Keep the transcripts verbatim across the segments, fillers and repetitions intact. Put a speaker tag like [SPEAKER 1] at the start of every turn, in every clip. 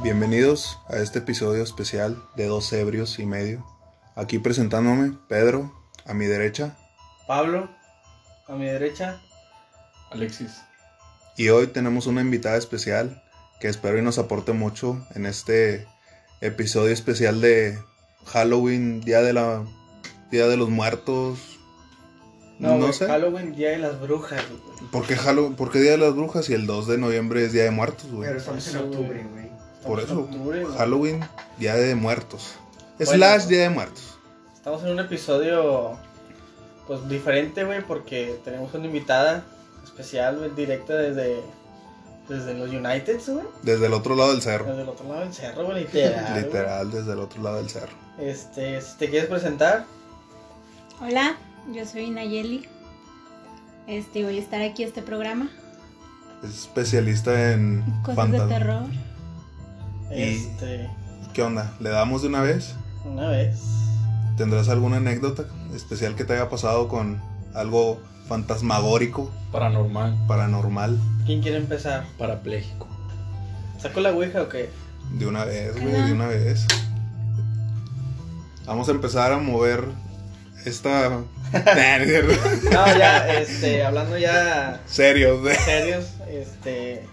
[SPEAKER 1] Bienvenidos a este episodio especial de Dos Ebrios y Medio. Aquí presentándome, Pedro, a mi derecha.
[SPEAKER 2] Pablo, a mi derecha.
[SPEAKER 3] Alexis.
[SPEAKER 1] Y hoy tenemos una invitada especial que espero y nos aporte mucho en este episodio especial de Halloween, Día de la Día de los Muertos.
[SPEAKER 2] No,
[SPEAKER 1] No
[SPEAKER 2] güey,
[SPEAKER 1] sé.
[SPEAKER 2] Halloween, Día de las Brujas, güey.
[SPEAKER 1] ¿Por qué Halloween? ¿Por qué Día de las Brujas y el dos de noviembre es Día de Muertos, güey?
[SPEAKER 4] Pero estamos en
[SPEAKER 2] Eso,
[SPEAKER 4] octubre, güey.
[SPEAKER 1] Por
[SPEAKER 2] Estamos
[SPEAKER 1] eso,
[SPEAKER 2] en octubre, güey.
[SPEAKER 1] Halloween, Día de Muertos.
[SPEAKER 2] Bueno,
[SPEAKER 1] Slash Día de Muertos.
[SPEAKER 2] Estamos en un episodio, pues, diferente, güey, porque tenemos una invitada especial, güey, directa desde, desde los Uniteds, güey.
[SPEAKER 1] Desde el otro lado del cerro.
[SPEAKER 2] Desde el otro lado del cerro, güey, literal. güey.
[SPEAKER 1] Literal, desde el otro lado del cerro.
[SPEAKER 2] Este, si te quieres presentar.
[SPEAKER 5] Hola, yo soy Nayeli. Este, voy a estar aquí en este programa.
[SPEAKER 1] Es especialista en
[SPEAKER 5] Cosas
[SPEAKER 1] fantasma.
[SPEAKER 5] de terror.
[SPEAKER 1] Y-
[SPEAKER 2] Este,
[SPEAKER 1] ¿Qué onda? ¿Le damos de una vez?
[SPEAKER 2] una vez.
[SPEAKER 1] ¿Tendrás alguna anécdota especial que te haya pasado con algo fantasmagórico,
[SPEAKER 3] Paranormal.
[SPEAKER 1] paranormal?
[SPEAKER 2] ¿Quién quiere empezar?
[SPEAKER 3] Parapléjico.
[SPEAKER 2] ¿Saco la ouija o qué?
[SPEAKER 1] De una vez, güey,
[SPEAKER 5] Ajá.
[SPEAKER 1] de una vez. Vamos a empezar a mover esta... Nah, no es cierto.
[SPEAKER 2] No, ya, este, hablando ya
[SPEAKER 1] Serio, güey.
[SPEAKER 2] serios, este,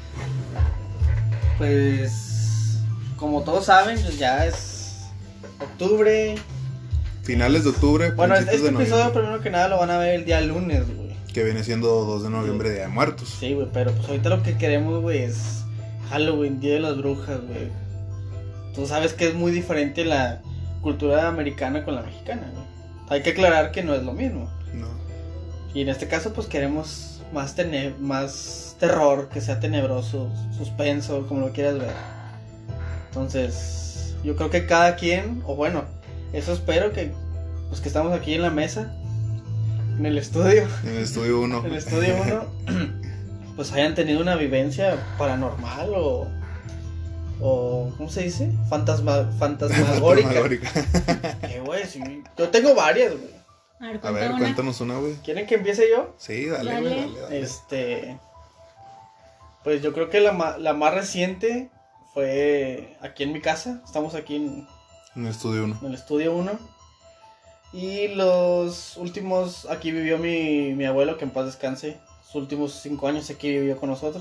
[SPEAKER 2] pues, como todos saben, pues ya es octubre.
[SPEAKER 1] Finales de octubre,
[SPEAKER 2] Bueno, este,
[SPEAKER 1] principios
[SPEAKER 2] este
[SPEAKER 1] de
[SPEAKER 2] episodio
[SPEAKER 1] noviembre,
[SPEAKER 2] primero que nada lo van a ver el día lunes, güey.
[SPEAKER 1] que viene siendo dos de noviembre, Día de Muertos.
[SPEAKER 2] Sí, güey, pero pues ahorita lo que queremos, güey, es Halloween, Día de las Brujas, güey. Tú sabes que es muy diferente la cultura americana con la mexicana, güey. Hay que aclarar que no es lo mismo.
[SPEAKER 1] No.
[SPEAKER 2] Y en este caso, pues queremos más, tene más terror, que sea tenebroso, suspenso, como lo quieras ver. Entonces, yo creo que cada quien, o bueno, eso espero que, pues que estamos aquí en la mesa, en el estudio,
[SPEAKER 1] En el estudio uno.
[SPEAKER 2] en el estudio uno, pues hayan tenido una vivencia paranormal o, o ¿cómo se dice? Fantasma, fantasmagórica.
[SPEAKER 1] Fantasmagórica.
[SPEAKER 2] Que güey, sí, yo tengo varias, güey.
[SPEAKER 5] A ver,
[SPEAKER 1] A
[SPEAKER 5] cuenta
[SPEAKER 1] ver,
[SPEAKER 5] una.
[SPEAKER 1] cuéntanos una, güey.
[SPEAKER 2] ¿Quieren que empiece yo?
[SPEAKER 1] Sí, dale,
[SPEAKER 5] Dale.
[SPEAKER 1] güey, dale, dale.
[SPEAKER 2] Este, pues yo creo que la, ma- la más reciente fue aquí en mi casa. Estamos aquí en,
[SPEAKER 1] En el estudio uno.
[SPEAKER 2] en el estudio uno. Y los últimos, aquí vivió mi, mi abuelo, que en paz descanse. Sus últimos cinco años aquí vivió con nosotros.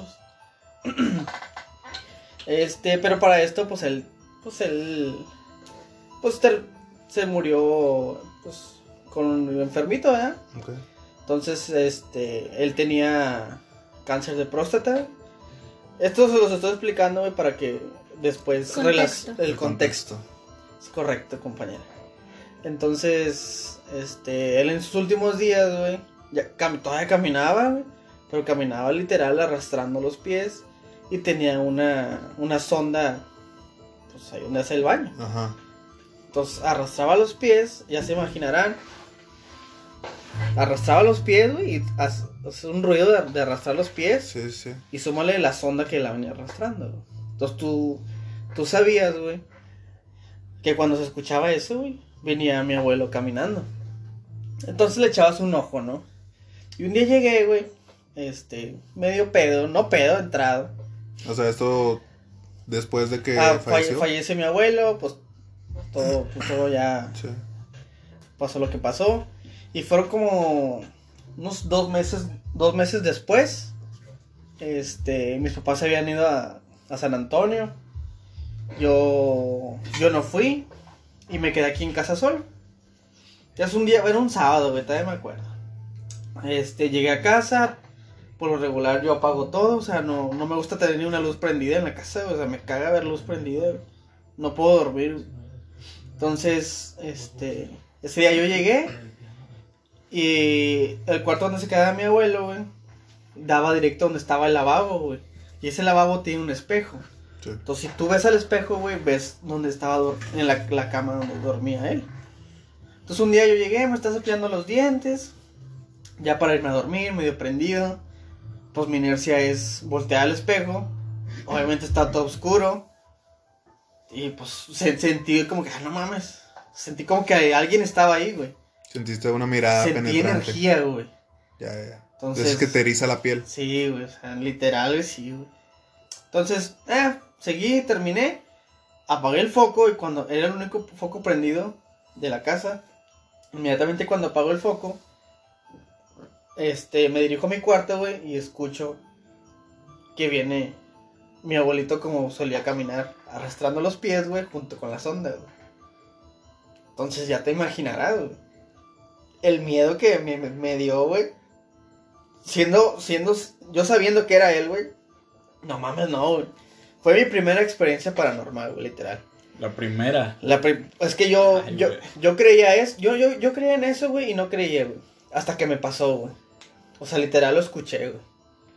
[SPEAKER 2] Este, pero para esto, pues él, pues él, pues ter- se murió, pues, con enfermito, ¿verdad?
[SPEAKER 1] Ok.
[SPEAKER 2] Entonces, este, él tenía cáncer de próstata. Esto se los estoy explicando, güey, para que después
[SPEAKER 5] Contexto.
[SPEAKER 2] relac- el contexto. Es correcto, compañera. Entonces, este, él en sus últimos días, güey, ya cam- todavía caminaba, güey, pero caminaba literal arrastrando los pies y tenía una, una sonda, pues ahí donde hace el baño.
[SPEAKER 1] Ajá.
[SPEAKER 2] Entonces arrastraba los pies, ya se imaginarán. Arrastraba los pies, güey, y hace hace un ruido de, de arrastrar los pies.
[SPEAKER 1] Sí, sí.
[SPEAKER 2] Y súmale la sonda que la venía arrastrando, güey. Entonces tú, tú sabías, güey, que cuando se escuchaba eso, güey, venía mi abuelo caminando. Entonces le echabas un ojo, ¿no? Y un día llegué, güey, este, medio pedo, no pedo, entrado.
[SPEAKER 1] O sea, esto después de que
[SPEAKER 2] Ah, falle-
[SPEAKER 1] falleció.
[SPEAKER 2] fallece mi abuelo, pues todo, pues, todo ya
[SPEAKER 1] Sí.
[SPEAKER 2] pasó lo que pasó. Y fueron como unos dos meses, dos meses después. Este, mis papás se habían ido a, a San Antonio. Yo, yo no fui y me quedé aquí en casa solo. Ya es un día, era un sábado, güey, todavía me acuerdo. Este, llegué a casa. Por lo regular yo apago todo, o sea, no, no me gusta tener ni una luz prendida en la casa, o sea, me caga ver luz prendida, güey. No puedo dormir. Entonces, este, ese día yo llegué y el cuarto donde se quedaba mi abuelo, güey, daba directo donde estaba el lavabo, güey. Y ese lavabo tiene un espejo.
[SPEAKER 1] Sí.
[SPEAKER 2] Entonces, si tú ves al espejo, güey, ves donde estaba dor- en la, la cama donde dormía él. Entonces, un día yo llegué, me está cepillando los dientes, ya para irme a dormir, medio prendido. Pues mi inercia es voltear al espejo. Obviamente está todo oscuro. Y pues se- sentí como que, ah, no mames. Sentí como que alguien estaba ahí, güey.
[SPEAKER 1] Sentiste una mirada
[SPEAKER 2] Sentí
[SPEAKER 1] penetrante.
[SPEAKER 2] energía, güey.
[SPEAKER 1] Ya, ya, ya.
[SPEAKER 2] Entonces,
[SPEAKER 1] Es que te eriza la piel.
[SPEAKER 2] sí, güey, o sea, literal, güey, sí, güey. Entonces, eh, seguí, terminé, apagué el foco y cuando era el único foco prendido de la casa, inmediatamente cuando apago el foco, este, me dirijo a mi cuarto, güey, y escucho que viene mi abuelito como solía caminar, arrastrando los pies, güey, junto con la sonda, güey. Entonces ya te imaginarás, güey, el miedo que me, me, me dio, güey, siendo, siendo, yo sabiendo que era él, güey, no mames, no, güey. Fue mi primera experiencia paranormal, güey, literal.
[SPEAKER 3] La primera.
[SPEAKER 2] La pri- es que yo,
[SPEAKER 3] Ay,
[SPEAKER 2] yo,
[SPEAKER 3] güey.
[SPEAKER 2] yo creía eso, yo, yo, yo creía en eso, güey, y no creía, güey, hasta que me pasó, güey. O sea, literal lo escuché, güey.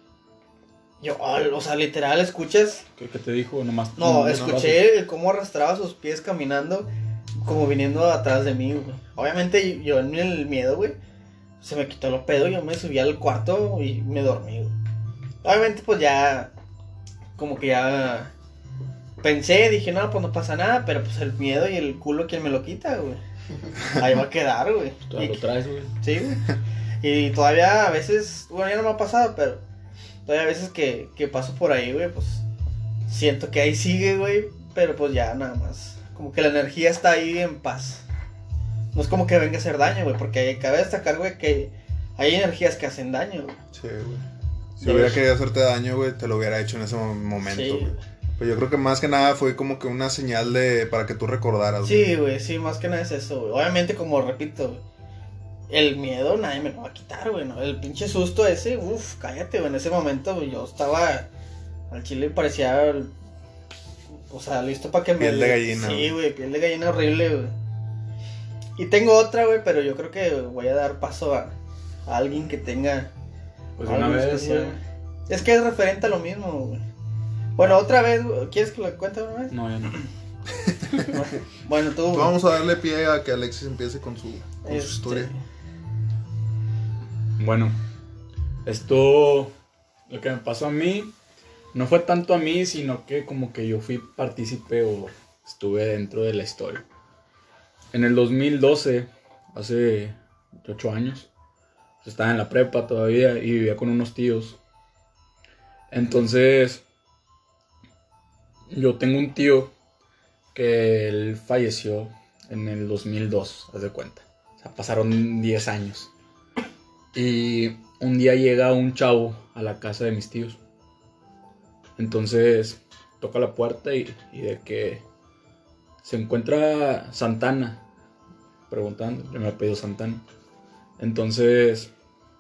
[SPEAKER 2] Yo, oh, o sea, literal, escuchas.
[SPEAKER 3] ¿Qué, qué te dijo? Nomás.
[SPEAKER 2] No,
[SPEAKER 3] nomás
[SPEAKER 2] escuché el cómo arrastraba sus pies caminando, como viniendo atrás de mí, güey. Obviamente, yo en el miedo, güey, se me quitó los pedos, yo me subí al cuarto y me dormí, güey. Obviamente, pues ya, como que ya pensé, dije, no, pues no pasa nada, pero pues el miedo y el culo, ¿quién me lo quita, güey? Ahí va a quedar, güey.
[SPEAKER 3] Todavía
[SPEAKER 2] Y-
[SPEAKER 3] lo traes, güey.
[SPEAKER 2] Sí, güey. Y todavía a veces, bueno, ya no me ha pasado, pero todavía a veces que, que paso por ahí, güey, pues siento que ahí sigue, güey, pero pues ya nada más. Como que la energía está ahí en paz. No es como que venga a hacer daño, güey, porque cabe destacar, güey, que hay energías que hacen daño, güey.
[SPEAKER 1] Sí, güey. Si
[SPEAKER 2] De
[SPEAKER 1] hubiera
[SPEAKER 2] hecho.
[SPEAKER 1] querido hacerte daño, güey, te lo hubiera hecho en ese mo- momento,
[SPEAKER 2] Sí,
[SPEAKER 1] güey. Pero yo creo que más que nada fue como que una señal de para que tú recordaras, güey.
[SPEAKER 2] sí, güey, sí, más que nada es eso, güey. Obviamente, como repito, güey, el miedo nadie me lo va a quitar, güey, ¿no? El pinche susto ese, uff, cállate, güey. En ese momento, güey, yo estaba al chile, parecía, o sea, listo para que me...
[SPEAKER 1] Piel de gallina,
[SPEAKER 2] Sí,
[SPEAKER 1] güey.
[SPEAKER 2] güey, piel de gallina horrible, güey. Y tengo otra, güey, pero yo creo que voy a dar paso a, a alguien que tenga
[SPEAKER 3] Pues
[SPEAKER 2] algo
[SPEAKER 3] una vez,
[SPEAKER 2] especial.
[SPEAKER 3] güey.
[SPEAKER 2] Es que es referente a lo mismo, güey. Bueno, otra vez, güey, ¿quieres que lo cuente una vez?
[SPEAKER 3] No, ya no.
[SPEAKER 2] Bueno, tú...
[SPEAKER 1] Pues vamos a darle pie a que Alexis empiece con su, con
[SPEAKER 2] este,
[SPEAKER 1] su historia.
[SPEAKER 3] Bueno, esto, lo que me pasó a mí, no fue tanto a mí, sino que como que yo fui partícipe o estuve dentro de la historia. En el dos mil doce, hace ocho años, pues estaba en la prepa todavía y vivía con unos tíos. Entonces, yo tengo un tío que él falleció en el dos mil dos, haz de cuenta. O sea, pasaron diez años. Y un día llega un chavo a la casa de mis tíos. Entonces toca la puerta y, y de que se encuentra Santana. Preguntando, me ha pedido Santana. Entonces,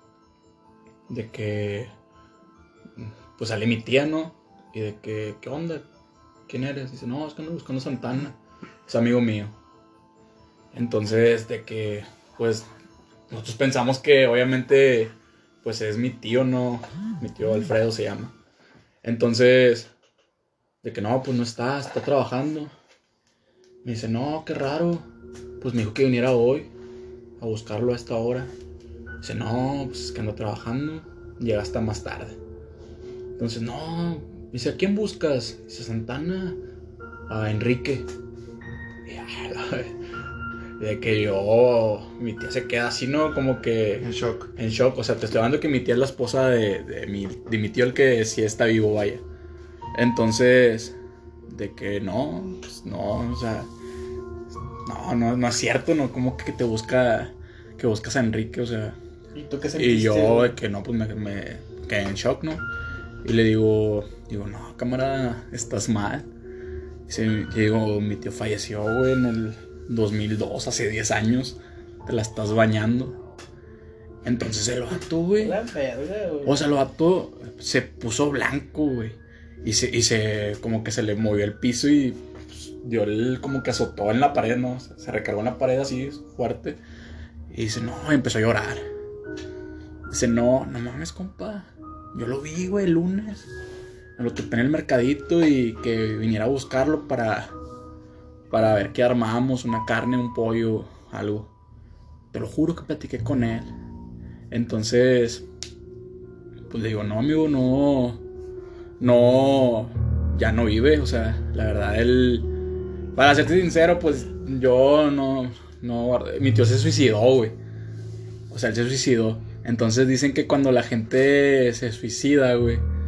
[SPEAKER 3] de que pues sale mi tía, ¿no? Y de que, ¿qué onda? ¿Quién eres? Dice, no, es que ando buscando a Santana. Es amigo mío. Entonces, de que, pues, nosotros pensamos que obviamente, pues es mi tío, ¿no? Mi tío Alfredo se llama. Entonces, de que no, pues no está, está trabajando. Me dice, no, qué raro. Pues me dijo que viniera hoy a buscarlo a esta hora. Dice, no, pues es que anda trabajando. Llega hasta más tarde. Entonces, no. Dice, ¿a quién buscas? Dice, Santana. A Enrique. Y, ah, la- de que yo, mi tía se queda así, ¿no? Como que
[SPEAKER 1] En shock.
[SPEAKER 3] en shock. O sea, te estoy hablando que mi tía es la esposa de, de, mi, de mi tío, el que sí está vivo, vaya. Entonces, de que no, pues no, o sea, no, no, no es cierto, ¿no? Como que te busca, que buscas a Enrique, o sea.
[SPEAKER 2] ¿Y tú qué sentiste?
[SPEAKER 3] Y yo,
[SPEAKER 2] güey?
[SPEAKER 3] de que no, pues me, me quedé en shock, ¿no? Y le digo, digo, no, camarada, estás mal. Dice, y digo, mi tío falleció, güey, en el dos mil dos, hace diez años. Te la estás bañando. Entonces el vato, güey.
[SPEAKER 2] La verga, güey.
[SPEAKER 3] O sea, el vato se puso blanco, güey. Y se, y se, como que se le movió el piso y pues, dio el, como que azotó en la pared, ¿no? Se, se recargó en la pared así, fuerte. Y dice, no, y empezó a llorar. Dice, no, no mames, compa. Yo lo vi, güey, el lunes. Me lo topé en el mercadito y que viniera a buscarlo para, para ver qué armábamos, una carne, un pollo, algo. Te lo juro que platiqué con él. Entonces, pues le digo, no, amigo, no, no, ya no vive. O sea, la verdad, él, para serte sincero, pues yo no, no guardé. Mi tío se suicidó, güey. O sea, él se suicidó. Entonces dicen que cuando la gente se suicida, güey,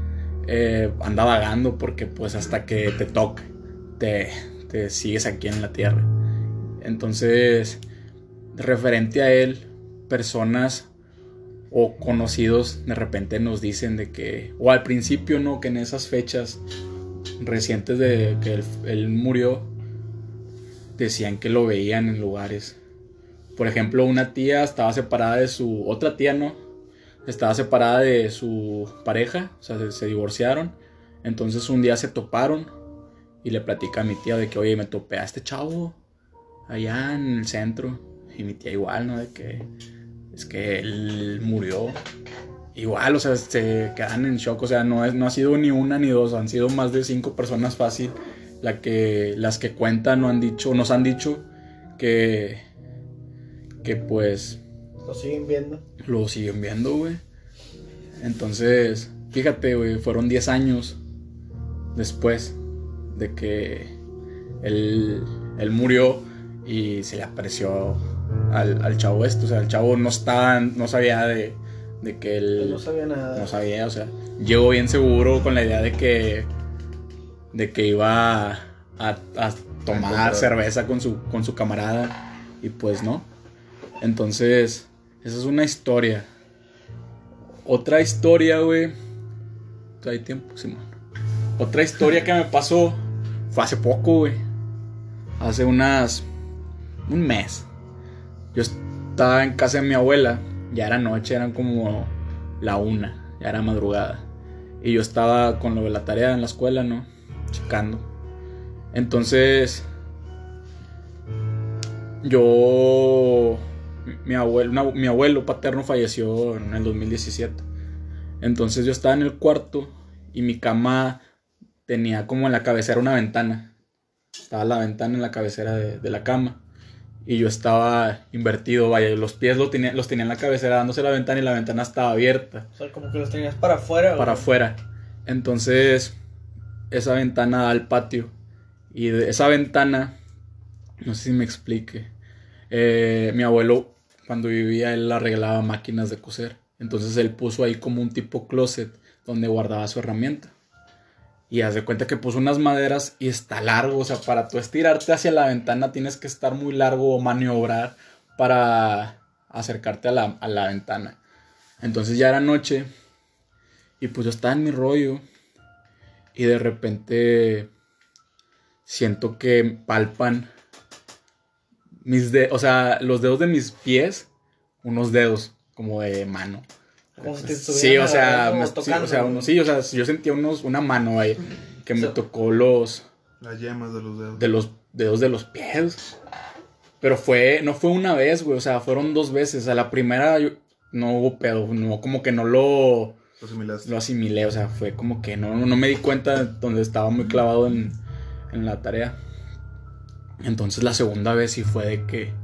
[SPEAKER 3] eh, anda vagando porque pues hasta que te toque, te, te sigues aquí en la tierra. Entonces, referente a él, personas o conocidos de repente nos dicen de que, o al principio, ¿no? Que en esas fechas recientes de que él, él murió, decían que lo veían en lugares. Por ejemplo, una tía estaba separada de su... Otra tía, ¿no? Estaba separada de su pareja, o sea, se, se divorciaron. Entonces un día se toparon y le platica a mi tía de que, oye, me topé a este chavo allá en el centro. Y mi tía igual, ¿no? De que es que él murió. Igual, o sea, se quedan en shock. O sea, no, es, no ha sido ni una ni dos, han sido más de cinco personas fácil la que, las que cuentan o han dicho, nos han dicho que, que pues
[SPEAKER 2] Lo siguen viendo.
[SPEAKER 3] Lo siguen viendo, güey. Entonces, fíjate, güey, fueron diez años después de que él, él murió y se le apareció al, al chavo este. O sea, el chavo no estaba, no sabía de, de que él...
[SPEAKER 2] Él no sabía nada.
[SPEAKER 3] No sabía, o sea, llegó bien seguro con la idea de que de que iba a, a tomar cerveza con su, con su camarada y pues no. Entonces, esa es una historia. Otra historia, güey. ¿Hay tiempo, Simón? Otra historia que me pasó fue hace poco, güey. Hace unas... un mes. Yo estaba en casa de mi abuela. Ya era noche, eran como la una. Ya era madrugada. Y yo estaba con lo de la tarea en la escuela, ¿no? Checando. Entonces... Yo... Mi abuelo, una, mi abuelo paterno falleció en el dos mil diecisiete. Entonces yo estaba en el cuarto y mi cama tenía como en la cabecera una ventana. Estaba la ventana en la cabecera de, de la cama. Y yo estaba invertido, vaya, los pies los tenía, los tenía en la cabecera dándose a la ventana y la ventana estaba abierta.
[SPEAKER 2] O sea, como que los tenías para afuera.
[SPEAKER 3] Para afuera. Entonces, esa ventana da al patio. Y de esa ventana, no sé si me explique. Eh, mi abuelo, cuando vivía, él arreglaba máquinas de coser. Entonces él puso ahí como un tipo closet donde guardaba su herramienta. Y haz de cuenta que puso unas maderas y está largo. O sea, para tú estirarte hacia la ventana tienes que estar muy largo o maniobrar para acercarte a la, a la ventana. Entonces ya era noche y pues yo estaba en mi rollo y de repente siento que palpan mis dedos, o sea, los dedos de mis pies, unos dedos como de mano.
[SPEAKER 2] Como si te
[SPEAKER 3] Sí, o sea,
[SPEAKER 2] como
[SPEAKER 3] me, sí,
[SPEAKER 2] tocando,
[SPEAKER 3] o sea, uno, sí, o sea, yo sentía unos, una mano ahí que me
[SPEAKER 2] O sea,
[SPEAKER 3] tocó los,
[SPEAKER 1] Las yemas de los dedos.
[SPEAKER 3] de los dedos de los pies. Pero fue, no fue una vez, güey, o sea, fueron dos veces. A la primera yo, no hubo pedo, no, como que no lo,
[SPEAKER 1] Lo asimilaste.
[SPEAKER 3] lo asimilé, o sea, fue como que no, no me di cuenta donde estaba muy clavado en, en la tarea. Entonces la segunda vez sí fue de que...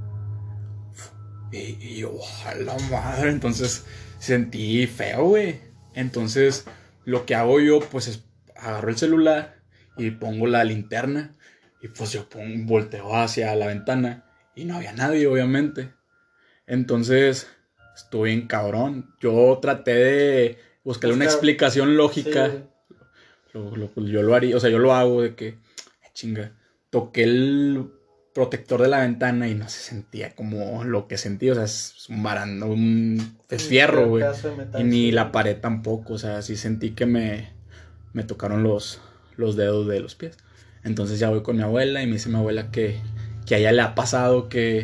[SPEAKER 3] Y, y yo, a la madre, entonces sentí feo, güey. Entonces lo que hago yo, pues es agarro el celular y pongo la linterna. Y pues yo pongo, volteo hacia la ventana y no había nadie, obviamente. Entonces estuve en cabrón. Yo traté de buscarle una
[SPEAKER 2] Buscar-
[SPEAKER 3] explicación lógica.
[SPEAKER 2] Sí,
[SPEAKER 3] Lo- lo- yo lo haría, o sea, yo lo hago de que, ah, chinga, toqué el protector de la ventana y no se sentía como lo que sentí, o sea, es un barandal, un es fierro,
[SPEAKER 2] un
[SPEAKER 3] güey,
[SPEAKER 2] pedazo de metal,
[SPEAKER 3] y ni
[SPEAKER 2] sí.
[SPEAKER 3] la pared tampoco, o sea, sí sentí que me, me tocaron los, los dedos de los pies. Entonces ya voy con mi abuela y me dice mi abuela que, que a ella le ha pasado que,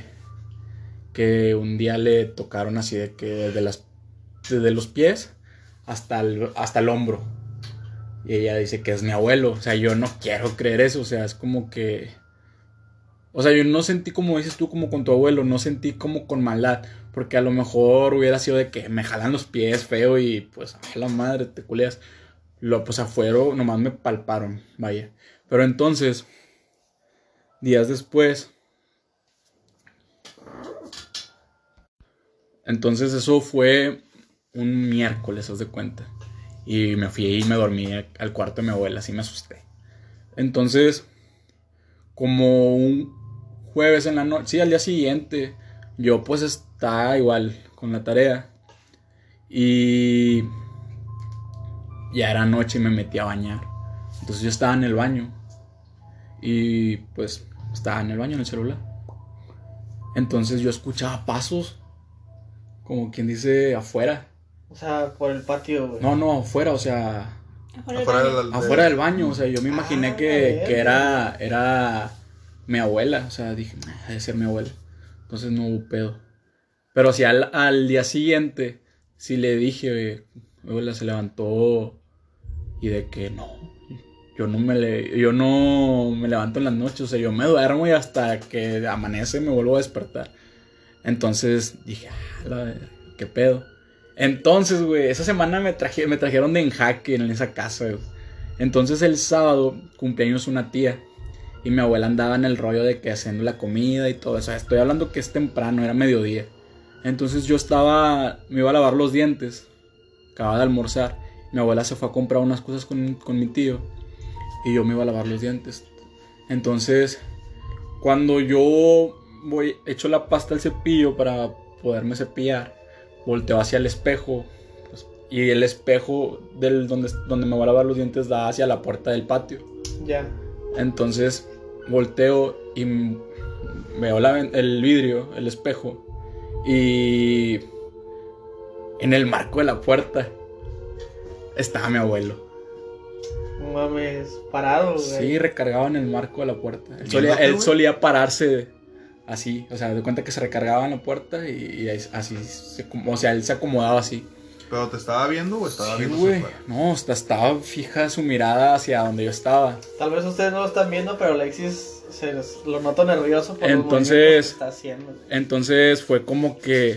[SPEAKER 3] que un día le tocaron así de que desde, las, desde los pies hasta el, hasta el hombro. Y ella dice que es mi abuelo. O sea, yo no quiero creer eso. O sea, es como que... O sea, yo no sentí como dices tú, como con tu abuelo. No sentí como con maldad. Porque a lo mejor hubiera sido de que me jalan los pies feo y pues, a la madre, te culeas. Lo, pues afuera nomás me palparon, vaya. Pero entonces, días después... Entonces eso fue un miércoles, haz de cuenta. Y me fui y me dormí al cuarto de mi abuela, así me asusté. Entonces, como un jueves en la noche, sí, al día siguiente, yo pues estaba igual con la tarea. Y, ya era noche y me metí a bañar. Entonces yo estaba en el baño. Y pues estaba en el baño en el celular. Entonces yo escuchaba pasos. Como quien dice afuera.
[SPEAKER 2] O sea, por el patio, güey.
[SPEAKER 3] No, no, afuera, o sea...
[SPEAKER 5] Afuera del
[SPEAKER 1] Afuera
[SPEAKER 5] baño.
[SPEAKER 1] del-
[SPEAKER 3] Afuera del baño, o sea, yo me imaginé
[SPEAKER 2] Ah,
[SPEAKER 3] que,
[SPEAKER 2] verga.
[SPEAKER 3] que era, era mi abuela, o sea, dije, "Nah, debe ser mi abuela". Entonces no hubo pedo. Pero si al, al día siguiente, sí le dije, "Oye, mi abuela se levantó", y de que no, yo no me le, yo no me levanto en las noches, o sea, yo me duermo y hasta que amanece me vuelvo a despertar. Entonces dije, ah, la verga, qué pedo. Entonces, güey, esa semana me, traje, me trajeron de enjaque en esa casa, güey. Entonces el sábado cumpleaños una tía. Y mi abuela andaba en el rollo de que haciendo la comida y todo eso. O sea, estoy hablando que es temprano, era mediodía. Entonces yo estaba, me iba a lavar los dientes. Acababa de almorzar. Mi abuela se fue a comprar unas cosas con, con mi tío. Y yo me iba a lavar los dientes. Entonces, cuando yo voy, echo la pasta al cepillo para poderme cepillar, volteo hacia el espejo, pues, y el espejo del donde, donde me voy a lavar los dientes da hacia la puerta del patio.
[SPEAKER 2] Ya.
[SPEAKER 3] Entonces volteo y m- veo la ven- el vidrio, el espejo, y en el marco de la puerta estaba mi abuelo.
[SPEAKER 2] No mames, parado, güey.
[SPEAKER 3] Sí, recargaba en el marco de la puerta. Él
[SPEAKER 1] ¿Viéndote,
[SPEAKER 3] solía, él
[SPEAKER 1] güey?
[SPEAKER 3] solía pararse así, o sea, de cuenta que se recargaba en la puerta y, y ahí- así, se, o sea, él se acomodaba así.
[SPEAKER 1] ¿Pero te estaba viendo o estaba
[SPEAKER 3] Sí,
[SPEAKER 1] viendo
[SPEAKER 3] güey.
[SPEAKER 1] afuera?
[SPEAKER 3] No, hasta estaba fija su mirada hacia donde yo estaba.
[SPEAKER 2] Tal vez ustedes no lo están viendo, pero Alexis se los- lo noto nervioso por los
[SPEAKER 3] Entonces-
[SPEAKER 2] movimientos que está haciendo. güey.
[SPEAKER 3] Entonces fue como que...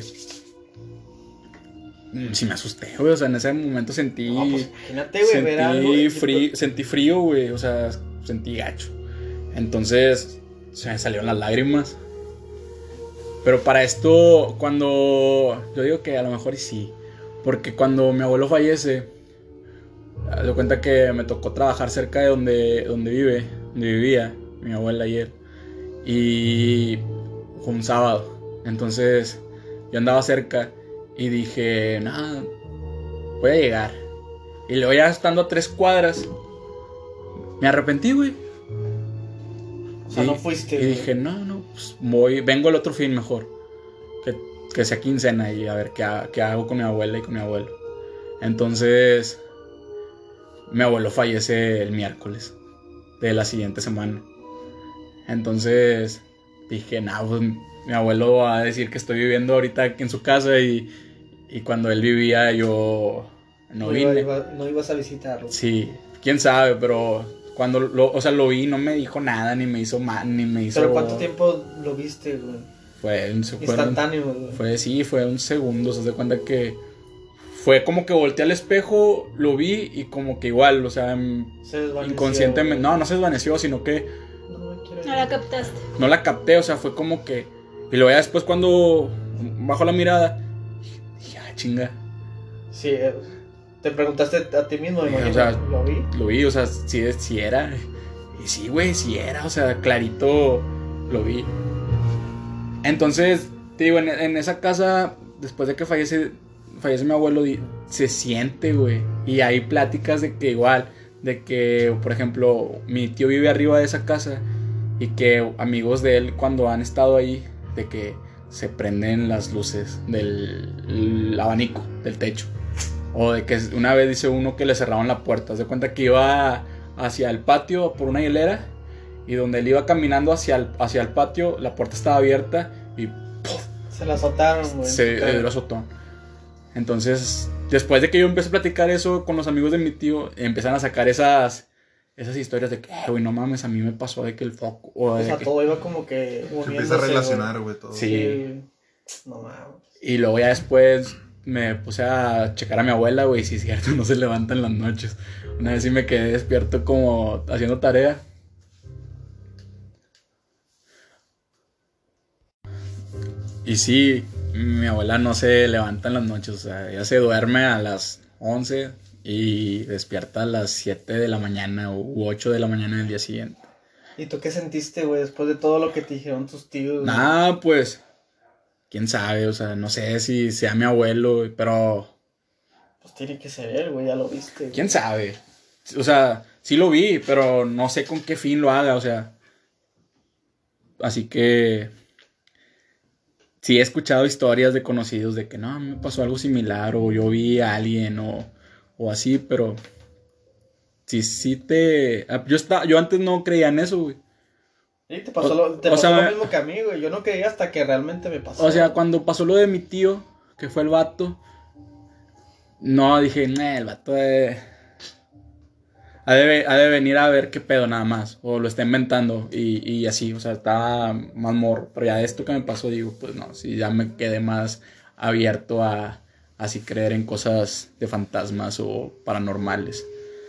[SPEAKER 3] mm, Sí me asusté, güey. O sea, en ese momento sentí...
[SPEAKER 2] No, pues imagínate, güey, ver algo.
[SPEAKER 3] sentí,
[SPEAKER 2] y-
[SPEAKER 3] frío, sentí frío, güey. O sea, sentí gacho. Entonces se me salieron las lágrimas. Pero para esto, cuando... Yo digo que a lo mejor y sí. Porque cuando mi abuelo fallece, haz de cuenta que me tocó trabajar cerca de donde, donde vive, donde vivía mi abuela y él. Y fue un sábado. Entonces yo andaba cerca y dije, nada, voy a llegar. Y luego ya estando a tres cuadras, me arrepentí, güey.
[SPEAKER 2] O sea,
[SPEAKER 3] y,
[SPEAKER 2] no fuiste.
[SPEAKER 3] Y
[SPEAKER 2] güey.
[SPEAKER 3] dije, no, no, pues voy, vengo el otro fin mejor. Que, que sea quincena y a ver qué, ha- qué hago con mi abuela y con mi abuelo. Entonces, mi abuelo fallece el miércoles de la siguiente semana. Entonces, dije, no, pues mi abuelo va a decir que estoy viviendo ahorita aquí en su casa y, y cuando él vivía yo no
[SPEAKER 2] iba-
[SPEAKER 3] vine.
[SPEAKER 2] iba- no ibas a visitarlo.
[SPEAKER 3] Sí, quién sabe, pero cuando lo, o sea, lo vi, no me dijo nada, ni me hizo mal, ni me hizo...
[SPEAKER 2] Pero ¿cuánto tiempo lo viste, güey?
[SPEAKER 3] Fue un, fue un-
[SPEAKER 2] Instantáneo, güey.
[SPEAKER 3] Fue, sí, fue un segundo, se da cuenta que fue como que volteé al espejo, lo vi y como que igual, o sea, mm,
[SPEAKER 2] Se desvaneció,
[SPEAKER 3] inconscientemente,
[SPEAKER 2] güey.
[SPEAKER 3] no, no se desvaneció, sino que
[SPEAKER 2] No, no quiero
[SPEAKER 5] No la captaste.
[SPEAKER 3] no la capté, o sea, fue como que, y luego ya después cuando bajó la mirada, dije, ah, chinga,
[SPEAKER 2] Sí, eh, te preguntaste a ti mismo, me
[SPEAKER 3] Sí,
[SPEAKER 2] imagino,
[SPEAKER 3] o sea,
[SPEAKER 2] lo vi.
[SPEAKER 3] lo vi, o sea, sí, sí era, y sí, güey, sí era, o sea, clarito lo vi. Entonces, te digo, en, en esa casa, después de que fallece, fallece mi abuelo, di- se siente, güey. Y hay pláticas de que igual, de que, por ejemplo, mi tío vive arriba de esa casa y que amigos de él, cuando han estado ahí, de que se prenden las luces del el abanico, del techo. O de que una vez dice uno que le cerraron la puerta. Se cuenta que iba hacia el patio por una hilera y donde él iba caminando hacia el, hacia el patio, la puerta estaba abierta y
[SPEAKER 2] Se la azotaron, güey.
[SPEAKER 3] se le dio azotón. Entonces, después de que yo empecé a platicar eso con los amigos de mi tío, empezaron a sacar esas, esas historias de que, "Eh, güey, no mames, a mí me pasó de que el foco. O,
[SPEAKER 2] O
[SPEAKER 3] de
[SPEAKER 2] sea,
[SPEAKER 3] que-
[SPEAKER 2] todo iba como que
[SPEAKER 1] Se empieza a
[SPEAKER 2] uniéndose,
[SPEAKER 1] relacionar, güey, todo.
[SPEAKER 3] Sí.
[SPEAKER 2] No mames.
[SPEAKER 3] Y luego ya después me puse a checar a mi abuela, güey, si es cierto, no se levanta en las noches. Una vez sí me quedé despierto como haciendo tarea. Y sí, mi abuela no se levanta en las noches, o sea, ella se duerme a las once y despierta a las siete de la mañana u ocho de la mañana del día siguiente.
[SPEAKER 2] ¿Y tú qué sentiste, güey, después de todo lo que te dijeron tus tíos? güey?
[SPEAKER 3] Nada, pues, quién sabe, o sea, no sé si sea mi abuelo, pero...
[SPEAKER 2] Pues tiene que ser él, güey, ya lo viste. Güey.
[SPEAKER 3] ¿Quién sabe? O sea, sí lo vi, pero no sé con qué fin lo haga, o sea. Así que... Sí he escuchado historias de conocidos de que no, me pasó algo similar o yo vi a alguien o, o así, pero... Sí, sí te... Yo, estaba, yo antes no creía en eso, güey.
[SPEAKER 2] Sí, te pasó, lo, te
[SPEAKER 3] o
[SPEAKER 2] pasó
[SPEAKER 3] sea,
[SPEAKER 2] lo mismo que a mí, güey. Yo no creía hasta que realmente me pasó.
[SPEAKER 3] O sea, cuando pasó lo de mi tío, que fue el vato, no, dije, nah, el vato de... Ha de, ha de venir a ver qué pedo nada más, o lo está inventando, y, y así, o sea, estaba más morro. Pero ya esto que me pasó, digo, pues no, sí, ya me quedé más abierto a así creer en cosas de fantasmas o paranormales.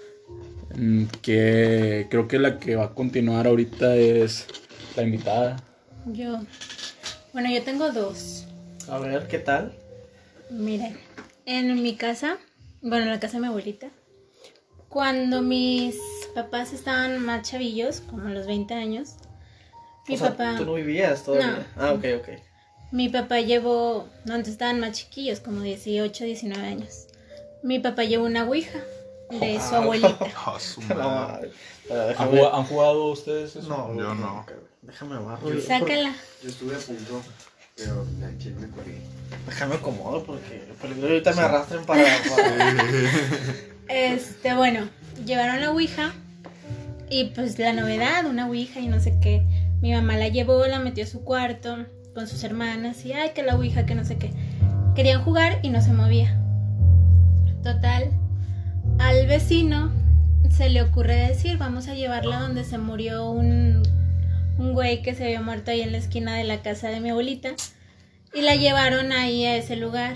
[SPEAKER 3] Que creo que la que va a continuar ahorita es la invitada.
[SPEAKER 5] Yo. Bueno, yo tengo dos.
[SPEAKER 2] A ver, ¿qué tal?
[SPEAKER 5] Miren, en mi casa, bueno, en la casa de mi abuelita, cuando mis papás estaban más chavillos, como a los veinte años, mi
[SPEAKER 2] o sea,
[SPEAKER 5] papá...
[SPEAKER 2] ¿tú no vivías todavía?
[SPEAKER 5] No.
[SPEAKER 2] Ah, ok, ok.
[SPEAKER 5] Mi papá llevó, no, antes estaban más chiquillos, como dieciocho, diecinueve años. Mi papá llevó una ouija de su abuelita.
[SPEAKER 1] Oh, su
[SPEAKER 2] La
[SPEAKER 1] madre.
[SPEAKER 2] madre. Pero
[SPEAKER 3] ¿Han
[SPEAKER 2] déjame...
[SPEAKER 3] jugado, ¿Han jugado ustedes eso?
[SPEAKER 2] No,
[SPEAKER 1] Yo
[SPEAKER 2] güey,
[SPEAKER 1] no.
[SPEAKER 2] Déjame abajo.
[SPEAKER 4] Yo-
[SPEAKER 5] Sácala.
[SPEAKER 4] Yo estuve a punto, pero la chile me corrí.
[SPEAKER 2] Déjame acomodo porque peligro ahorita me arrastren para... para...
[SPEAKER 5] Este, bueno, llevaron la ouija y pues la novedad, una ouija y no sé qué. Mi mamá la llevó, la metió a su cuarto con sus hermanas y ay, que la ouija, que no sé qué. Querían jugar y no se movía. Total, al vecino se le ocurre decir, vamos a llevarla donde se murió un, un güey que se había muerto ahí en la esquina de la casa de mi abuelita. Y la llevaron ahí a ese lugar.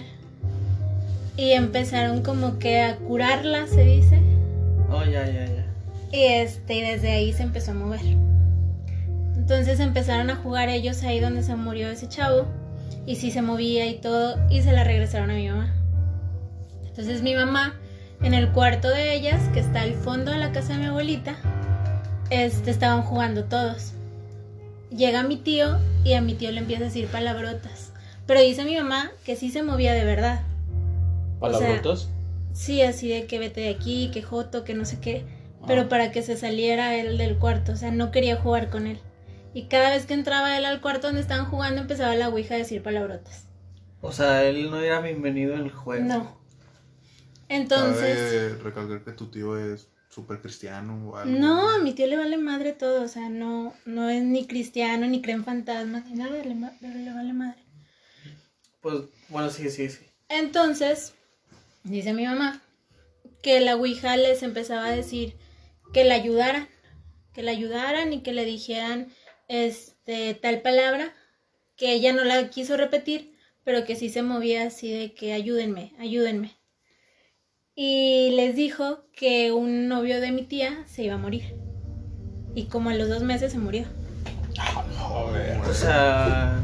[SPEAKER 5] Y empezaron como que a curarla, se dice.
[SPEAKER 2] Oh, ya, ya, ya.
[SPEAKER 5] Y este, y desde ahí se empezó a mover. Entonces empezaron a jugar ellos ahí donde se murió ese chavo. Y sí se movía y todo. Y se la regresaron a mi mamá. Entonces mi mamá, en el cuarto de ellas, que está al fondo de la casa de mi abuelita, este, estaban jugando todos. Llega mi tío y a mi tío le empieza a decir palabrotas. Pero dice mi mamá que sí se movía de verdad.
[SPEAKER 3] ¿Palabrotas?
[SPEAKER 5] Sí, así de que vete de aquí, que joto, que no sé qué. Pero
[SPEAKER 3] Ah.
[SPEAKER 5] para que se saliera él del cuarto, o sea, no quería jugar con él. Y cada vez que entraba él al cuarto donde estaban jugando, empezaba la ouija a decir palabrotas.
[SPEAKER 2] O sea, él no era bienvenido en el juego.
[SPEAKER 5] No. Entonces...
[SPEAKER 1] Cabe recalcar que tu tío es súper cristiano o algo.
[SPEAKER 5] No, a mi tío le vale madre todo, o sea, no, no es ni cristiano, ni cree en fantasmas, ni nada, le, ma- le vale madre.
[SPEAKER 2] Pues, bueno, sí, sí, sí.
[SPEAKER 5] Entonces, dice mi mamá que la ouija les empezaba a decir que la ayudaran, que la ayudaran y que le dijeran este tal palabra, que ella no la quiso repetir, pero que sí se movía así de que ayúdenme, ayúdenme. Y les dijo que un novio de mi tía se iba a morir. Y como a los dos meses se murió.
[SPEAKER 2] O sea...